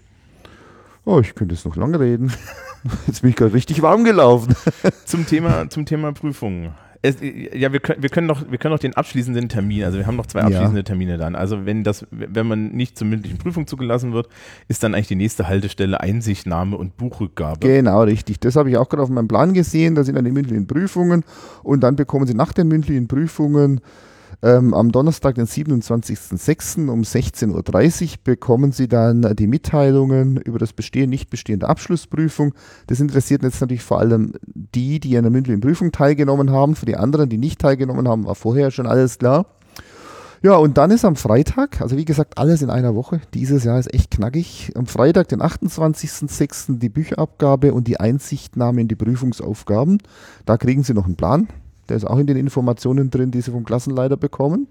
Oh, ich könnte jetzt noch lange reden. Jetzt bin ich gerade richtig warm gelaufen. Zum Thema, zum Thema Prüfungen. Es, ja, wir können, wir können noch, wir können noch den abschließenden Termin, also wir haben noch zwei abschließende ja. Termine dann. Also wenn das, wenn man nicht zur mündlichen Prüfung zugelassen wird, ist dann eigentlich die nächste Haltestelle Einsichtnahme und Buchrückgabe. Genau, richtig. Das habe ich auch gerade auf meinem Plan gesehen. Da sind dann die mündlichen Prüfungen und dann bekommen Sie nach den mündlichen Prüfungen Ähm, am Donnerstag, den siebenundzwanzigsten sechsten um sechzehn Uhr dreißig bekommen Sie dann die Mitteilungen über das Bestehen, Nichtbestehen der Abschlussprüfung. Das interessiert jetzt natürlich vor allem die, die an der mündlichen Prüfung teilgenommen haben. Für die anderen, die nicht teilgenommen haben, war vorher schon alles klar. Ja, und dann ist am Freitag, also wie gesagt, alles in einer Woche. Dieses Jahr ist echt knackig. Am Freitag, den achtundzwanzigsten sechsten die Bücherabgabe und die Einsichtnahme in die Prüfungsaufgaben. Da kriegen Sie noch einen Plan. Der ist auch in den Informationen drin, die Sie vom Klassenleiter bekommen.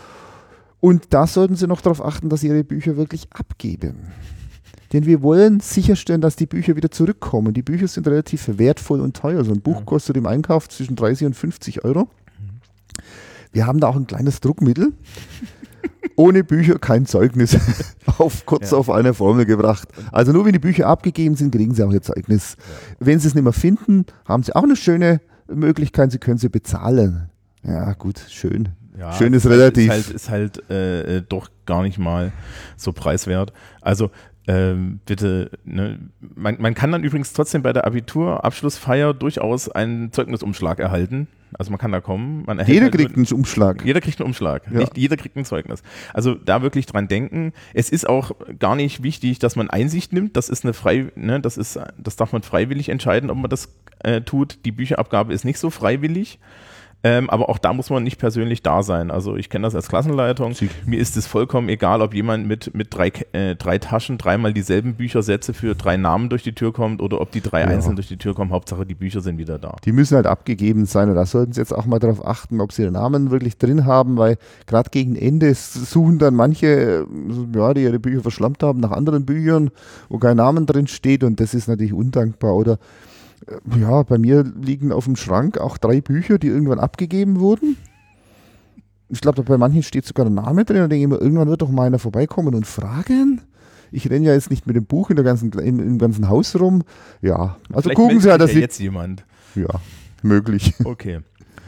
Und da sollten Sie noch darauf achten, dass Sie Ihre Bücher wirklich abgeben. Denn wir wollen sicherstellen, dass die Bücher wieder zurückkommen. Die Bücher sind relativ wertvoll und teuer. So ein Buch kostet im Einkauf zwischen dreißig und fünfzig Euro. Wir haben da auch ein kleines Druckmittel. Ohne Bücher kein Zeugnis. auf, kurz ja. auf eine Formel gebracht. Also nur wenn die Bücher abgegeben sind, kriegen Sie auch Ihr Zeugnis. Ja. Wenn Sie es nicht mehr finden, haben Sie auch eine schöne Möglichkeit, Sie können sie bezahlen. Ja, gut, schön. Ja, schön ist, ist relativ. Halt, ist halt, ist halt äh, doch gar nicht mal so preiswert. Also ähm, bitte, ne, man, man kann dann übrigens trotzdem bei der Abiturabschlussfeier durchaus einen Zeugnisumschlag erhalten. Also man kann da kommen. Man jeder halt kriegt einen Umschlag. Jeder kriegt einen Umschlag. Ja. Nicht jeder kriegt ein Zeugnis. Also da wirklich dran denken. Es ist auch gar nicht wichtig, dass man Einsicht nimmt. Das ist eine frei, ne, das ist, das darf man freiwillig entscheiden, ob man das äh, tut. Die Bücherabgabe ist nicht so freiwillig. Ähm, aber auch da muss man nicht persönlich da sein. Also ich kenne das als Klassenleitung. Sie. Mir ist es vollkommen egal, ob jemand mit, mit drei, äh, drei Taschen dreimal dieselben Büchersätze für drei Namen durch die Tür kommt oder ob die drei ja. einzeln durch die Tür kommen. Hauptsache die Bücher sind wieder da. Die müssen halt abgegeben sein und da sollten Sie jetzt auch mal darauf achten, ob Sie den Namen wirklich drin haben, weil gerade gegen Ende suchen dann manche, ja, die ihre Bücher verschlampt haben, nach anderen Büchern, wo kein Namen drin steht und das ist natürlich undankbar. Oder ja, bei mir liegen auf dem Schrank auch drei Bücher, die irgendwann abgegeben wurden. Ich glaube, bei manchen steht sogar der Name drin. Da denke ich mir, irgendwann wird doch mal einer vorbeikommen und fragen. Ich renne ja jetzt nicht mit dem Buch in der ganzen, im, im ganzen Haus rum. Ja, also vielleicht gucken Sie ja, dass ja Sie... jetzt jemand. Ja, möglich. Okay.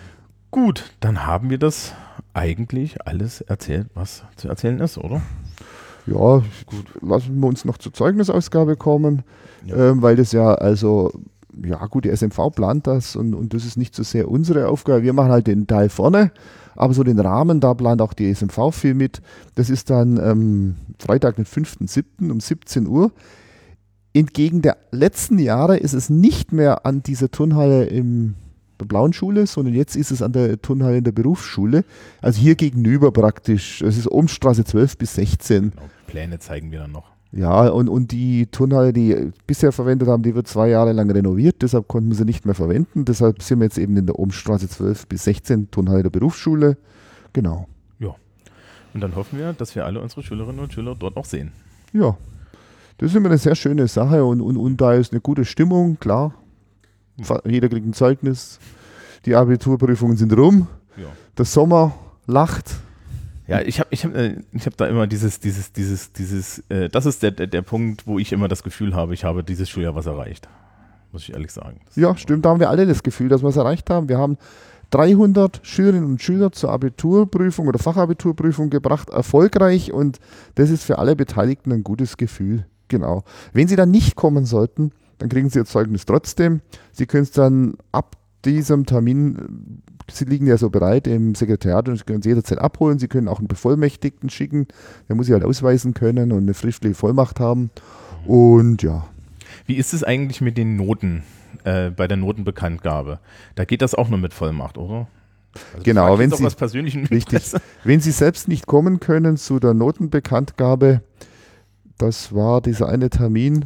Gut, dann haben wir das eigentlich alles erzählt, was zu erzählen ist, oder? Ja, gut. Lassen wir uns noch zur Zeugnisausgabe kommen, Ja. ähm, weil das ja, also, ja gut, die S M V plant das und, und das ist nicht so sehr unsere Aufgabe. Wir machen halt den Teil vorne, aber so den Rahmen, da plant auch die S M V viel mit. Das ist dann ähm, Freitag, den fünften siebten um siebzehn Uhr. Entgegen der letzten Jahre ist es nicht mehr an dieser Turnhalle in der Blauen Schule, sondern jetzt ist es an der Turnhalle in der Berufsschule. Also hier gegenüber praktisch. Es ist Ohmstraße zwölf bis sechzehn. Genau, Pläne zeigen wir dann noch. Ja, und, und die Turnhalle, die bisher verwendet haben, die wird zwei Jahre lang renoviert, deshalb konnten wir sie nicht mehr verwenden. Deshalb sind wir jetzt eben in der Ohmstraße zwölf bis sechzehn, Turnhalle der Berufsschule. Genau. Ja. Und dann hoffen wir, dass wir alle unsere Schülerinnen und Schüler dort auch sehen. Ja, das ist immer eine sehr schöne Sache und, und, und da ist eine gute Stimmung, klar. Jeder kriegt ein Zeugnis, die Abiturprüfungen sind rum, Ja. der Sommer lacht. Ja, ich habe ich hab, äh, ich hab da immer dieses, dieses, dieses, dieses, äh, das ist der, der, der Punkt, wo ich immer das Gefühl habe, ich habe dieses Schuljahr was erreicht. Muss ich ehrlich sagen. Das Ja, stimmt, da haben wir alle das Gefühl, dass wir es erreicht haben. Wir haben dreihundert Schülerinnen und Schüler zur Abiturprüfung oder Fachabiturprüfung gebracht, erfolgreich, und das ist für alle Beteiligten ein gutes Gefühl. Genau. Wenn sie dann nicht kommen sollten, dann kriegen sie ihr Zeugnis trotzdem. Sie können es dann ab diesem Termin, sie liegen ja so bereit im Sekretariat und sie können es jederzeit abholen. Sie können auch einen Bevollmächtigten schicken, der muss sie halt ausweisen können und eine schriftliche Vollmacht haben. Und ja. Wie ist es eigentlich mit den Noten äh, bei der Notenbekanntgabe? Da geht das auch nur mit Vollmacht, oder? Also Genau, wenn auch Sie, was persönlichen richtig, wenn Sie selbst nicht kommen können zu der Notenbekanntgabe, das war dieser eine Termin,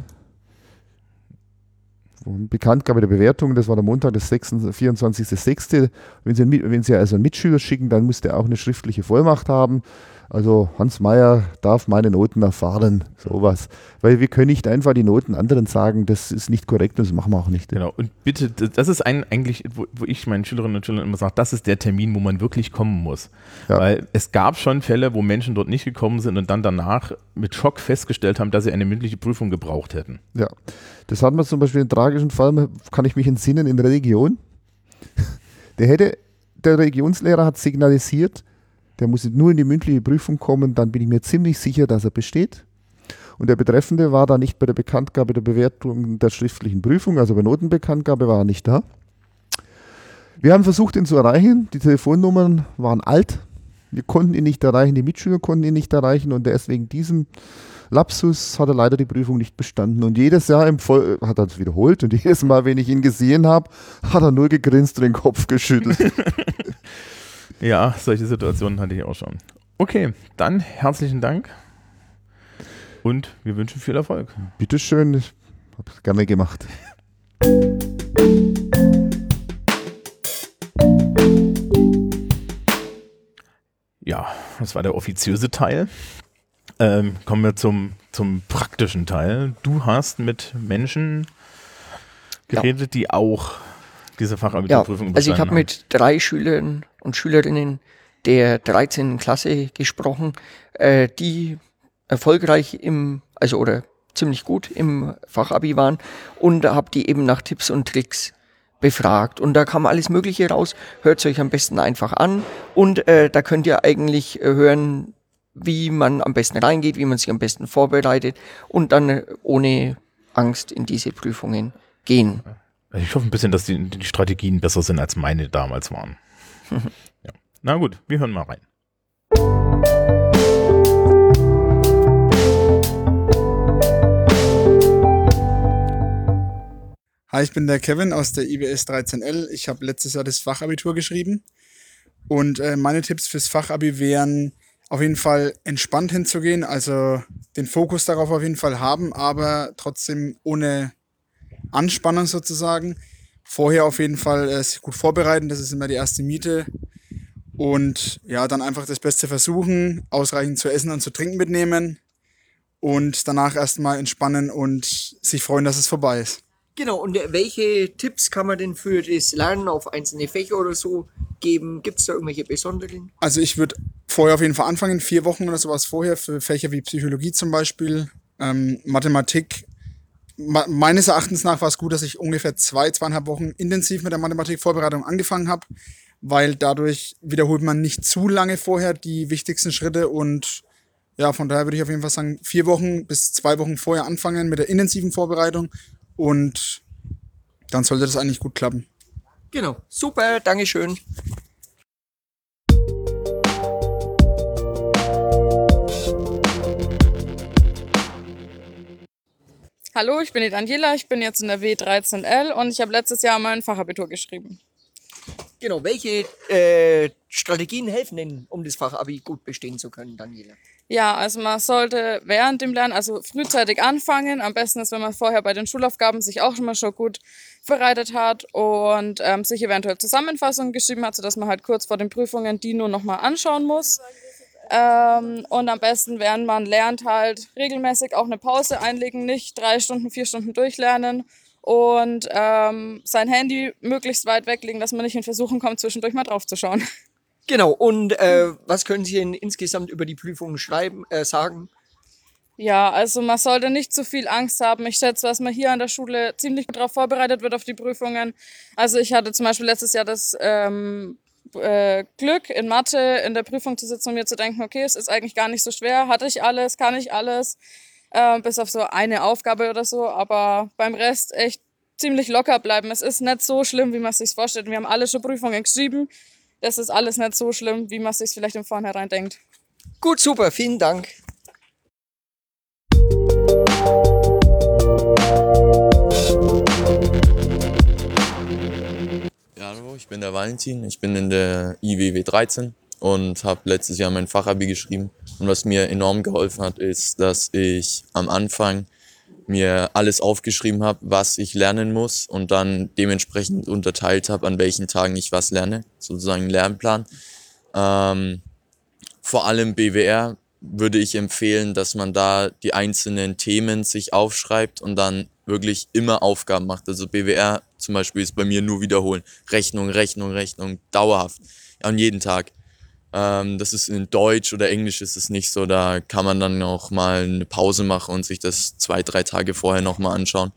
Bekanntgabe der Bewertung, das war der Montag, des vierundzwanzigsten sechsten Wenn Sie, wenn Sie also einen Mitschüler schicken, dann muss der auch eine schriftliche Vollmacht haben. Also Hans Meyer darf meine Noten erfahren, sowas. Weil wir können nicht einfach die Noten anderen sagen, das ist nicht korrekt und das machen wir auch nicht. Genau, und bitte, das ist ein, eigentlich, wo, wo ich meinen Schülerinnen und Schülern immer sage, das ist der Termin, wo man wirklich kommen muss. Ja. Weil es gab schon Fälle, wo Menschen dort nicht gekommen sind und dann danach mit Schock festgestellt haben, dass sie eine mündliche Prüfung gebraucht hätten. Ja, das hatten wir zum Beispiel einen tragischen Fall, kann ich mich entsinnen, in der Religion. Der hätte, der Religionslehrer hat signalisiert, der muss nur in die mündliche Prüfung kommen, dann bin ich mir ziemlich sicher, dass er besteht. Und der Betreffende war da nicht bei der Bekanntgabe der Bewertung der schriftlichen Prüfung, also bei Notenbekanntgabe war er nicht da. Wir haben versucht, ihn zu erreichen. Die Telefonnummern waren alt. Wir konnten ihn nicht erreichen, die Mitschüler konnten ihn nicht erreichen und der ist wegen diesem Lapsus hat er leider die Prüfung nicht bestanden. Und jedes Jahr im Voll hat er es wiederholt und jedes Mal, wenn ich ihn gesehen habe, hat er nur gegrinst und den Kopf geschüttelt. Ja, solche Situationen hatte ich auch schon. Okay, dann herzlichen Dank und wir wünschen viel Erfolg. Bitteschön, ich habe es gerne gemacht. Ja, das war der offiziöse Teil. Ähm, kommen wir zum, zum praktischen Teil. Du hast mit Menschen geredet, ja, die auch diese Fachabiturprüfung ja, also ich habe mit drei Schülern und Schülerinnen der dreizehnten Klasse gesprochen, äh, die erfolgreich im, also oder ziemlich gut im Fachabi waren, und habe die eben nach Tipps und Tricks befragt. Und da kam alles Mögliche raus. Hört es euch am besten einfach an und äh, da könnt ihr eigentlich äh, hören, wie man am besten reingeht, wie man sich am besten vorbereitet und dann äh, ohne Angst in diese Prüfungen gehen. Ich hoffe ein bisschen, dass die, die Strategien besser sind, als meine damals waren. Ja. Na gut, wir hören mal rein. Hi, ich bin der Kevin aus der I B S dreizehn L. Ich habe letztes Jahr das Fachabitur geschrieben. Und äh, meine Tipps fürs Fachabi wären, auf jeden Fall entspannt hinzugehen, also den Fokus darauf auf jeden Fall haben, aber trotzdem ohne Anspannung sozusagen. Vorher auf jeden Fall äh, sich gut vorbereiten, das ist immer die erste Miete. Und ja, dann einfach das Beste versuchen, ausreichend zu essen und zu trinken mitnehmen und danach erstmal entspannen und sich freuen, dass es vorbei ist. Genau, und welche Tipps kann man denn für das Lernen auf einzelne Fächer oder so geben? Gibt es da irgendwelche besonderen? Also ich würde vorher auf jeden Fall anfangen, vier Wochen oder sowas vorher, für Fächer wie Psychologie zum Beispiel, ähm, Mathematik. Ma- meines Erachtens nach war es gut, dass ich ungefähr zwei, zweieinhalb Wochen intensiv mit der Mathematikvorbereitung angefangen habe, weil dadurch wiederholt man nicht zu lange vorher die wichtigsten Schritte und ja, von daher würde ich auf jeden Fall sagen, vier Wochen bis zwei Wochen vorher anfangen mit der intensiven Vorbereitung und dann sollte das eigentlich gut klappen. Genau, super, Dankeschön. Hallo, ich bin die Daniela, ich bin jetzt in der W dreizehn L und ich habe letztes Jahr mein Fachabitur geschrieben. Genau, welche äh, Strategien helfen denn, um das Fachabi gut bestehen zu können, Daniela? Ja, also man sollte während dem Lernen, also frühzeitig anfangen. Am besten ist, wenn man vorher bei den Schulaufgaben sich auch schon mal schon gut vorbereitet hat und ähm, sich eventuell Zusammenfassungen geschrieben hat, sodass man halt kurz vor den Prüfungen die nur nochmal anschauen muss. Ähm, und am besten, während man lernt, halt regelmäßig auch eine Pause einlegen, nicht drei Stunden, vier Stunden durchlernen und ähm, sein Handy möglichst weit weglegen, dass man nicht in Versuchung kommt, zwischendurch mal drauf zu schauen. Genau, und äh, was können Sie denn insgesamt über die Prüfungen schreiben, äh, sagen? Ja, also man sollte nicht zu viel Angst haben. Ich schätze, dass man hier an der Schule ziemlich gut darauf vorbereitet wird auf die Prüfungen. Also ich hatte zum Beispiel letztes Jahr das ähm, äh, Glück, in Mathe in der Prüfung zu sitzen und mir zu denken, okay, es ist eigentlich gar nicht so schwer, hatte ich alles, kann ich alles, äh, bis auf so eine Aufgabe oder so, aber beim Rest echt ziemlich locker bleiben. Es ist nicht so schlimm, wie man es sich vorstellt. Wir haben alle schon Prüfungen geschrieben. Das ist alles nicht so schlimm, wie man es sich vielleicht im Vornherein denkt. Gut, super, vielen Dank. Ja, hallo, ich bin der Valentin, ich bin in der I W W dreizehn und habe letztes Jahr mein Fachabi geschrieben. Und was mir enorm geholfen hat, ist, dass ich am Anfang mir alles aufgeschrieben habe, was ich lernen muss und dann dementsprechend unterteilt habe, an welchen Tagen ich was lerne, sozusagen einen Lernplan. Ähm, vor allem B W R würde ich empfehlen, dass man da die einzelnen Themen sich aufschreibt und dann wirklich immer Aufgaben macht. Also B W R zum Beispiel ist bei mir nur wiederholen. Rechnung, Rechnung, Rechnung, dauerhaft. An jeden Tag. Ähm, das ist in Deutsch oder Englisch ist es nicht so. Da kann man dann auch mal eine Pause machen und sich das zwei, drei Tage vorher nochmal anschauen.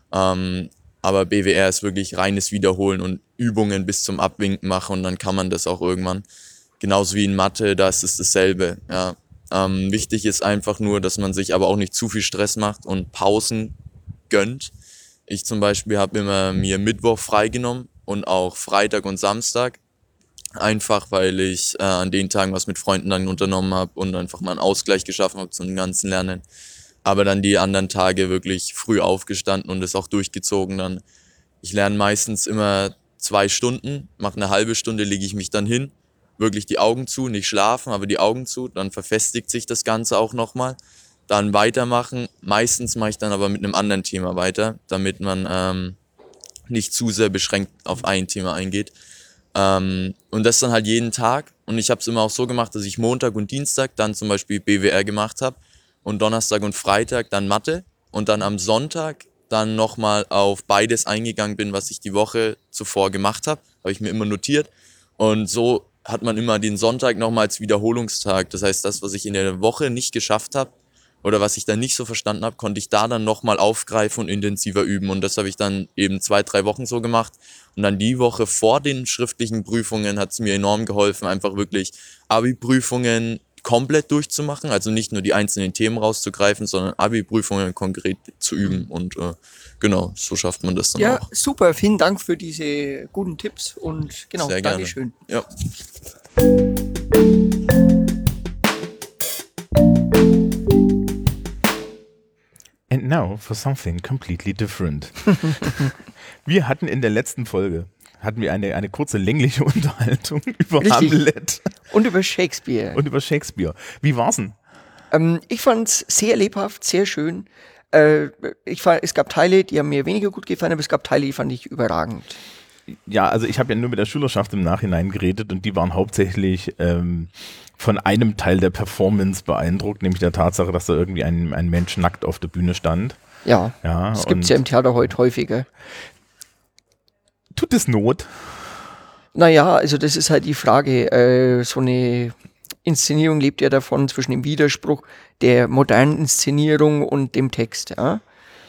Ähm, aber B W R ist wirklich reines Wiederholen und Übungen bis zum Abwinken machen und dann kann man das auch irgendwann. Genauso wie in Mathe, da ist es dasselbe. Ja. Ähm, wichtig ist einfach nur, dass man sich aber auch nicht zu viel Stress macht und Pausen gönnt. Ich zum Beispiel habe immer mir Mittwoch freigenommen und auch Freitag und Samstag. Einfach, weil ich äh, an den Tagen was mit Freunden dann unternommen habe und einfach mal einen Ausgleich geschaffen habe zum ganzen Lernen. Aber dann die anderen Tage wirklich früh aufgestanden und es auch durchgezogen dann. Ich lerne meistens immer zwei Stunden, mache eine halbe Stunde, lege ich mich dann hin, wirklich die Augen zu, nicht schlafen, aber die Augen zu, dann verfestigt sich das Ganze auch nochmal. Dann weitermachen, meistens mache ich dann aber mit einem anderen Thema weiter, damit man ähm, nicht zu sehr beschränkt auf ein Thema eingeht. Ähm, und das dann halt jeden Tag. Und ich habe es immer auch so gemacht, dass ich Montag und Dienstag dann zum Beispiel B W R gemacht habe und Donnerstag und Freitag dann Mathe und dann am Sonntag dann nochmal auf beides eingegangen bin, was ich die Woche zuvor gemacht habe. Habe ich mir immer notiert. Und so hat man immer den Sonntag nochmal als Wiederholungstag. Das heißt, das, was ich in der Woche nicht geschafft habe oder was ich dann nicht so verstanden habe, konnte ich da dann nochmal aufgreifen und intensiver üben. Und das habe ich dann eben zwei, drei Wochen so gemacht. Und dann die Woche vor den schriftlichen Prüfungen hat es mir enorm geholfen, einfach wirklich Abi-Prüfungen komplett durchzumachen. Also nicht nur die einzelnen Themen rauszugreifen, sondern Abi-Prüfungen konkret zu üben. Und äh, genau, so schafft man das dann ja, auch. Ja, super. Vielen Dank für diese guten Tipps und genau, Sehr gerne. Dankeschön. Ja. And now for something completely different. Wir hatten in der letzten Folge hatten wir eine, eine kurze längliche Unterhaltung über Richtig. Hamlet. Und über Shakespeare. Und über Shakespeare. Wie war's denn? Ähm, ich fand's sehr lebhaft, sehr schön. Äh, ich fand, es gab Teile, die haben mir weniger gut gefallen, aber es gab Teile, die fand ich überragend. Ja, also ich habe ja nur mit der Schülerschaft im Nachhinein geredet und die waren hauptsächlich ähm, von einem Teil der Performance beeindruckt, nämlich der Tatsache, dass da irgendwie ein, ein Mensch nackt auf der Bühne stand. Ja, ja das gibt's ja im Theater heute häufiger. Tut es Not? Naja, also das ist halt die Frage, äh, so eine Inszenierung lebt ja davon zwischen dem Widerspruch der modernen Inszenierung und dem Text, ja.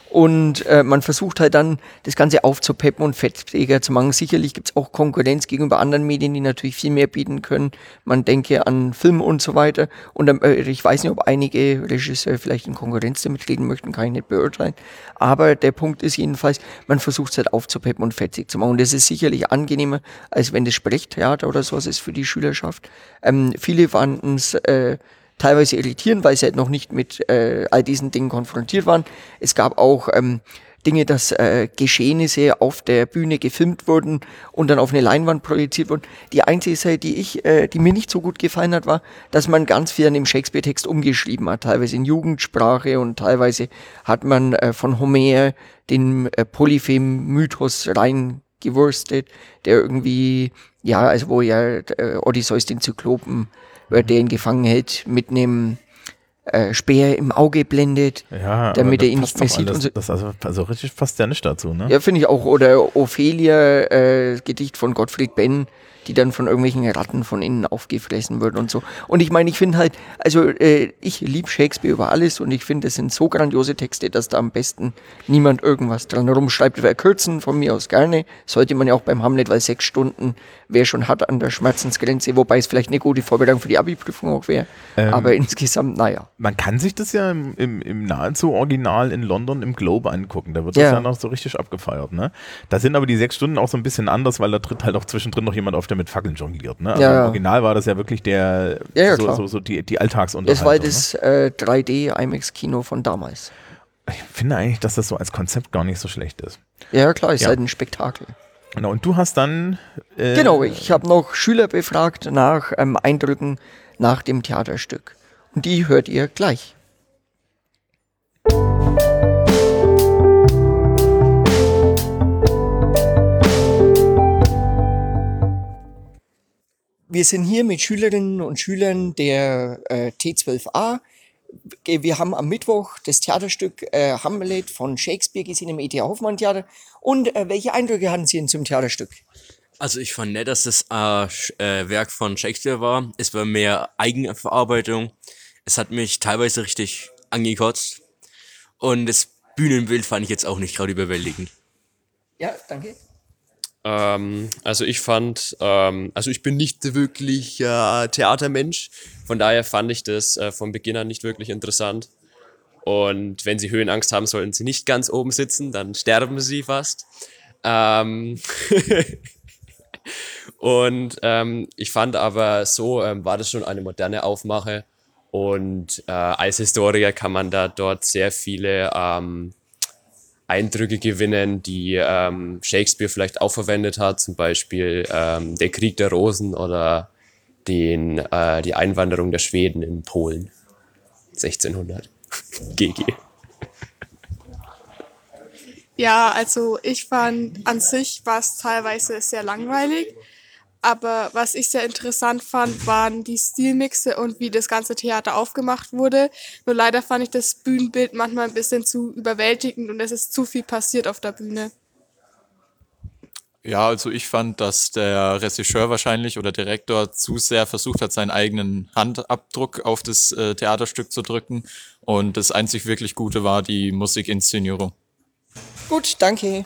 Und äh, man versucht halt dann, das Ganze aufzupeppen und fettfähiger zu machen. Sicherlich gibt es auch Konkurrenz gegenüber anderen Medien, die natürlich viel mehr bieten können. Man denke an Film und so weiter. Und äh, ich weiß nicht, ob einige Regisseure vielleicht in Konkurrenz damit reden möchten, kann ich nicht beurteilen. Aber der Punkt ist jedenfalls, man versucht es halt aufzupeppen und fetzig zu machen. Und das ist sicherlich angenehmer, als wenn das Sprechtheater oder sowas ist für die Schülerschaft. Ähm, viele fanden es äh, teilweise irritierend, weil sie halt noch nicht mit äh, all diesen Dingen konfrontiert waren. Es gab auch ähm, Dinge, dass äh, Geschehnisse auf der Bühne gefilmt wurden und dann auf eine Leinwand projiziert wurden. Die einzige Sache, die ich, äh, die mir nicht so gut gefallen hat, war, dass man ganz viel an dem Shakespeare-Text umgeschrieben hat, teilweise in Jugendsprache und teilweise hat man äh, von Homer den äh, Polyphem-Mythos reingewurstet, der irgendwie, ja, also wo ja äh, Odysseus den Zyklopen, äh, der ihn gefangen hält, mit einem äh, Speer im Auge blendet, ja, damit er ihn nicht mehr sieht. Alles, und so. Das also, also richtig passt ja nicht dazu, ne? Ja, finde ich auch. Oder Ophelia, äh, Gedicht von Gottfried Benn, die dann von irgendwelchen Ratten von innen aufgefressen wird und so. Und ich meine, ich finde halt, also äh, ich liebe Shakespeare über alles und ich finde, es sind so grandiose Texte, dass da am besten niemand irgendwas dran rumschreibt. Verkürzen von mir aus gerne. Sollte man ja auch beim Hamlet, weil sechs Stunden wäre schon hart an der Schmerzensgrenze, wobei es vielleicht eine gute Vorbereitung für die Abi-Prüfung auch wäre. Ähm, Aber insgesamt, naja. Man kann sich das ja im, im, im nahezu Original in London im Globe angucken. Da wird das Ja. ja noch so richtig abgefeiert, ne? Da sind aber die sechs Stunden auch so ein bisschen anders, weil da tritt halt auch zwischendrin noch jemand auf, der mit Fackeln jongliert, ne? Also Ja, ja. im Original war das ja wirklich der, Ja, ja, so, klar. so, so die, die Alltagsunterhaltung. Das war ne? das äh, drei D IMAX Kino von damals. Ich finde eigentlich, dass das so als Konzept gar nicht so schlecht ist. Ja, klar, ist Ja. halt ein Spektakel. Genau, und du hast dann äh, Genau, ich habe noch Schüler befragt nach ähm, Eindrücken nach dem Theaterstück. Und die hört ihr gleich. Wir sind hier mit Schülerinnen und Schülern der äh, T zwölf a. Wir haben am Mittwoch das Theaterstück äh, Hamlet von Shakespeare gesehen im E T Hoffmann Theater. Und äh, welche Eindrücke hatten Sie denn zum Theaterstück? Also ich fand nicht, dass das ein äh, Werk von Shakespeare war. Es war mehr Eigenverarbeitung. Es hat mich teilweise richtig angekotzt. Und das Bühnenbild fand ich jetzt auch nicht gerade überwältigend. Ja, danke. Ähm, also ich fand, ähm, also ich bin nicht wirklich äh, Theatermensch, von daher fand ich das äh, von Beginn an nicht wirklich interessant. Und wenn Sie Höhenangst haben, sollten Sie nicht ganz oben sitzen, dann sterben Sie fast. Ähm und ähm, ich fand aber so, ähm, war das schon eine moderne Aufmache und äh, als Historiker kann man da dort sehr viele ähm, Eindrücke gewinnen, die ähm, Shakespeare vielleicht auch verwendet hat, zum Beispiel ähm, der Krieg der Rosen oder den, äh, die Einwanderung der Schweden in Polen sechzehnhundert. G G. Ja, also ich fand, an sich war es teilweise sehr langweilig, aber was ich sehr interessant fand, waren die Stilmixe und wie das ganze Theater aufgemacht wurde. Nur leider fand ich das Bühnenbild manchmal ein bisschen zu überwältigend und es ist zu viel passiert auf der Bühne. Ja, also ich fand, dass der Regisseur wahrscheinlich oder Direktor zu sehr versucht hat, seinen eigenen Handabdruck auf das äh, Theaterstück zu drücken. Und das einzig wirklich Gute war die Musikinszenierung. Gut, danke.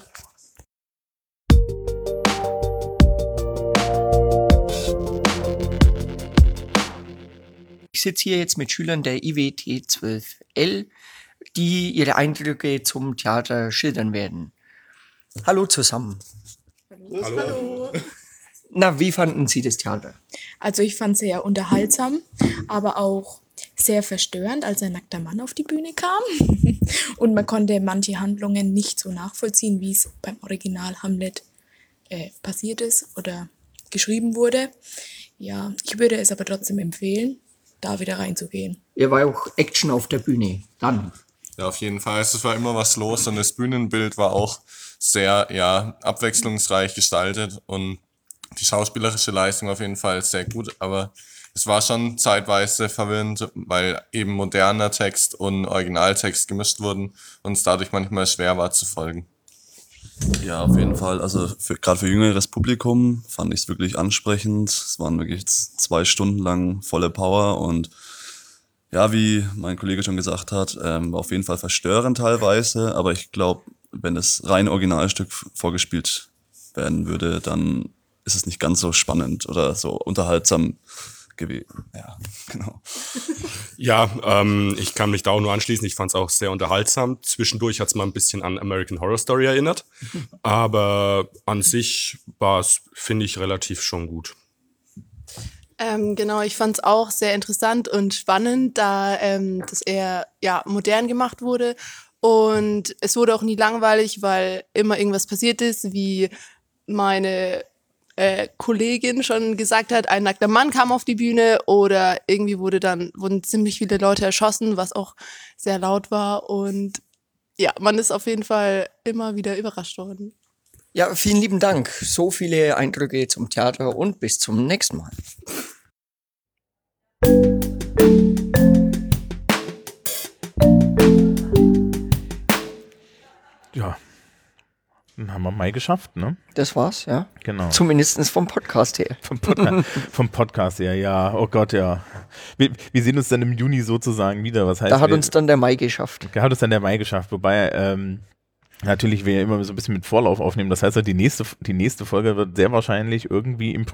Ich sitze hier jetzt mit Schülern der I W T zwölf L, die ihre Eindrücke zum Theater schildern werden. Hallo zusammen. Hallo. Na, wie fanden Sie das Theater? Also ich fand es sehr unterhaltsam, aber auch sehr verstörend, als ein nackter Mann auf die Bühne kam. Und man konnte manche Handlungen nicht so nachvollziehen, wie es beim Original Hamlet äh, passiert ist oder geschrieben wurde. Ja, ich würde es aber trotzdem empfehlen, da wieder reinzugehen. Ihr war auch Action auf der Bühne. Dann. Ja, auf jeden Fall. Es war immer was los und das Bühnenbild war auch sehr, ja, abwechslungsreich gestaltet und die schauspielerische Leistung auf jeden Fall sehr gut, aber es war schon zeitweise verwirrend, weil eben moderner Text und Originaltext gemischt wurden und es dadurch manchmal schwer war zu folgen. Ja, auf jeden Fall. Also für, gerade für jüngeres Publikum fand ich es wirklich ansprechend. Es waren wirklich zwei Stunden lang volle Power und ja, wie mein Kollege schon gesagt hat, ähm, war auf jeden Fall verstörend teilweise, aber ich glaube, wenn das rein Originalstück vorgespielt werden würde, dann ist es nicht ganz so spannend oder so unterhaltsam gewesen. Ja, genau. Ja, ähm, ich kann mich da auch nur anschließen. Ich fand es auch sehr unterhaltsam. Zwischendurch hat es mal ein bisschen an American Horror Story erinnert. Aber an sich war es, finde ich, relativ schon gut. Ähm, genau, ich fand es auch sehr interessant und spannend, da ähm, das eher ja, modern gemacht wurde. Und es wurde auch nie langweilig, weil immer irgendwas passiert ist, wie meine äh, Kollegin schon gesagt hat, ein nackter Mann kam auf die Bühne oder irgendwie wurde dann, wurden ziemlich viele Leute erschossen, was auch sehr laut war. Und ja, man ist auf jeden Fall immer wieder überrascht worden. Ja, vielen lieben Dank. So viele Eindrücke zum Theater und bis zum nächsten Mal. Ja, dann haben wir Mai geschafft, ne? Das war's, ja. Genau. Zumindest vom Podcast her. Vom, Podca- vom Podcast her, ja. Oh Gott, ja. Wir, wir sehen uns dann im Juni sozusagen wieder. Was heißt, da hat wir, uns dann der Mai geschafft. Da hat uns dann der Mai geschafft. Wobei, ähm, natürlich wir ja immer so ein bisschen mit Vorlauf aufnehmen. Das heißt, die nächste, die nächste Folge wird sehr wahrscheinlich irgendwie im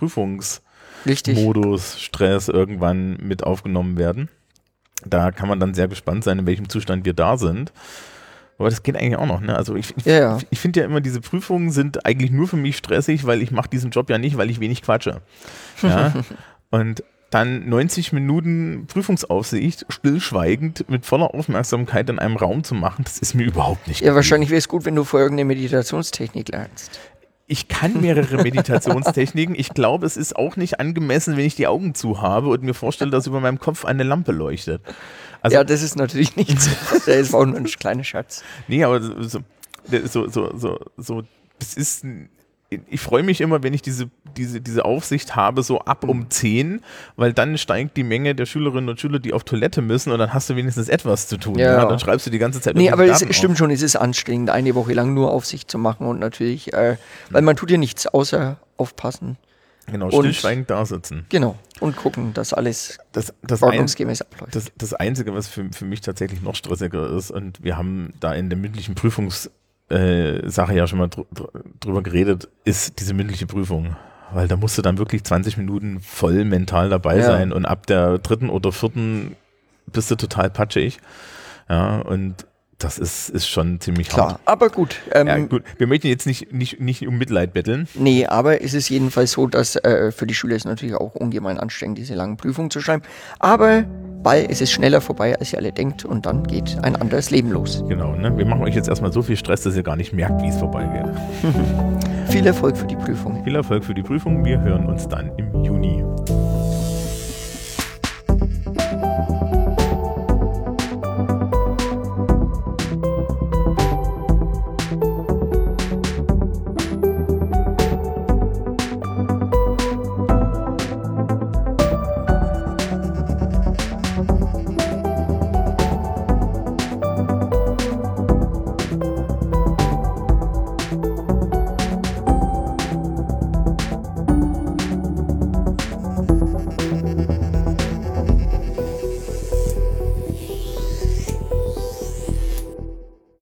Prüfungsmodus, Stress irgendwann mit aufgenommen werden. Da kann man dann sehr gespannt sein, in welchem Zustand wir da sind. Aber das geht eigentlich auch noch, ne? Also ich, ich, ja, ja. ich finde ja immer, diese Prüfungen sind eigentlich nur für mich stressig, weil ich mache diesen Job ja nicht, weil ich wenig quatsche. Ja? Und dann neunzig Minuten Prüfungsaufsicht, stillschweigend, mit voller Aufmerksamkeit in einem Raum zu machen, das ist mir überhaupt nicht Ja, gut. wahrscheinlich wäre es gut, wenn du vorher irgendeine Meditationstechnik lernst. Ich kann mehrere Meditationstechniken. Ich glaube, es ist auch nicht angemessen, wenn ich die Augen zu habe und mir vorstelle, dass über meinem Kopf eine Lampe leuchtet. Also, ja, das ist natürlich nicht so. Das war nur ein kleiner Schatz. Nee, aber so, so, so, so, so das ist... Ich freue mich immer, wenn ich diese, diese, diese Aufsicht habe, so ab um zehn, weil dann steigt die Menge der Schülerinnen und Schüler, die auf Toilette müssen und dann hast du wenigstens etwas zu tun. Ja. Ja? Dann schreibst du die ganze Zeit. Nee, aber es Daten stimmt auf. schon, es ist anstrengend, eine Woche lang nur Aufsicht zu machen und natürlich, äh, weil man tut ja nichts außer aufpassen. Genau, und, stillschweigend da sitzen. Genau, und gucken, dass alles das, das ordnungsgemäß ein, abläuft. Das, das Einzige, was für, für mich tatsächlich noch stressiger ist, und wir haben da in der mündlichen Prüfungs- Äh, Sache ja schon mal dr- drüber geredet, ist diese mündliche Prüfung. Weil da musst du dann wirklich zwanzig Minuten voll mental dabei ja. sein und ab der dritten oder vierten bist du total patschig. Ja, und das ist, ist schon ziemlich Klar, hart. aber gut. Ähm, ja, gut. Wir möchten jetzt nicht, nicht, nicht um Mitleid betteln. Nee, aber es ist jedenfalls so, dass äh, für die Schüler ist natürlich auch ungemein anstrengend, diese langen Prüfungen zu schreiben. Aber weil es ist schneller vorbei, als ihr alle denkt, und dann geht ein anderes Leben los. Genau, ne? Wir machen euch jetzt erstmal so viel Stress, dass ihr gar nicht merkt, wie es vorbeigeht. Viel Erfolg für die Prüfung. Viel Erfolg für die Prüfung. Wir hören uns dann im Juni.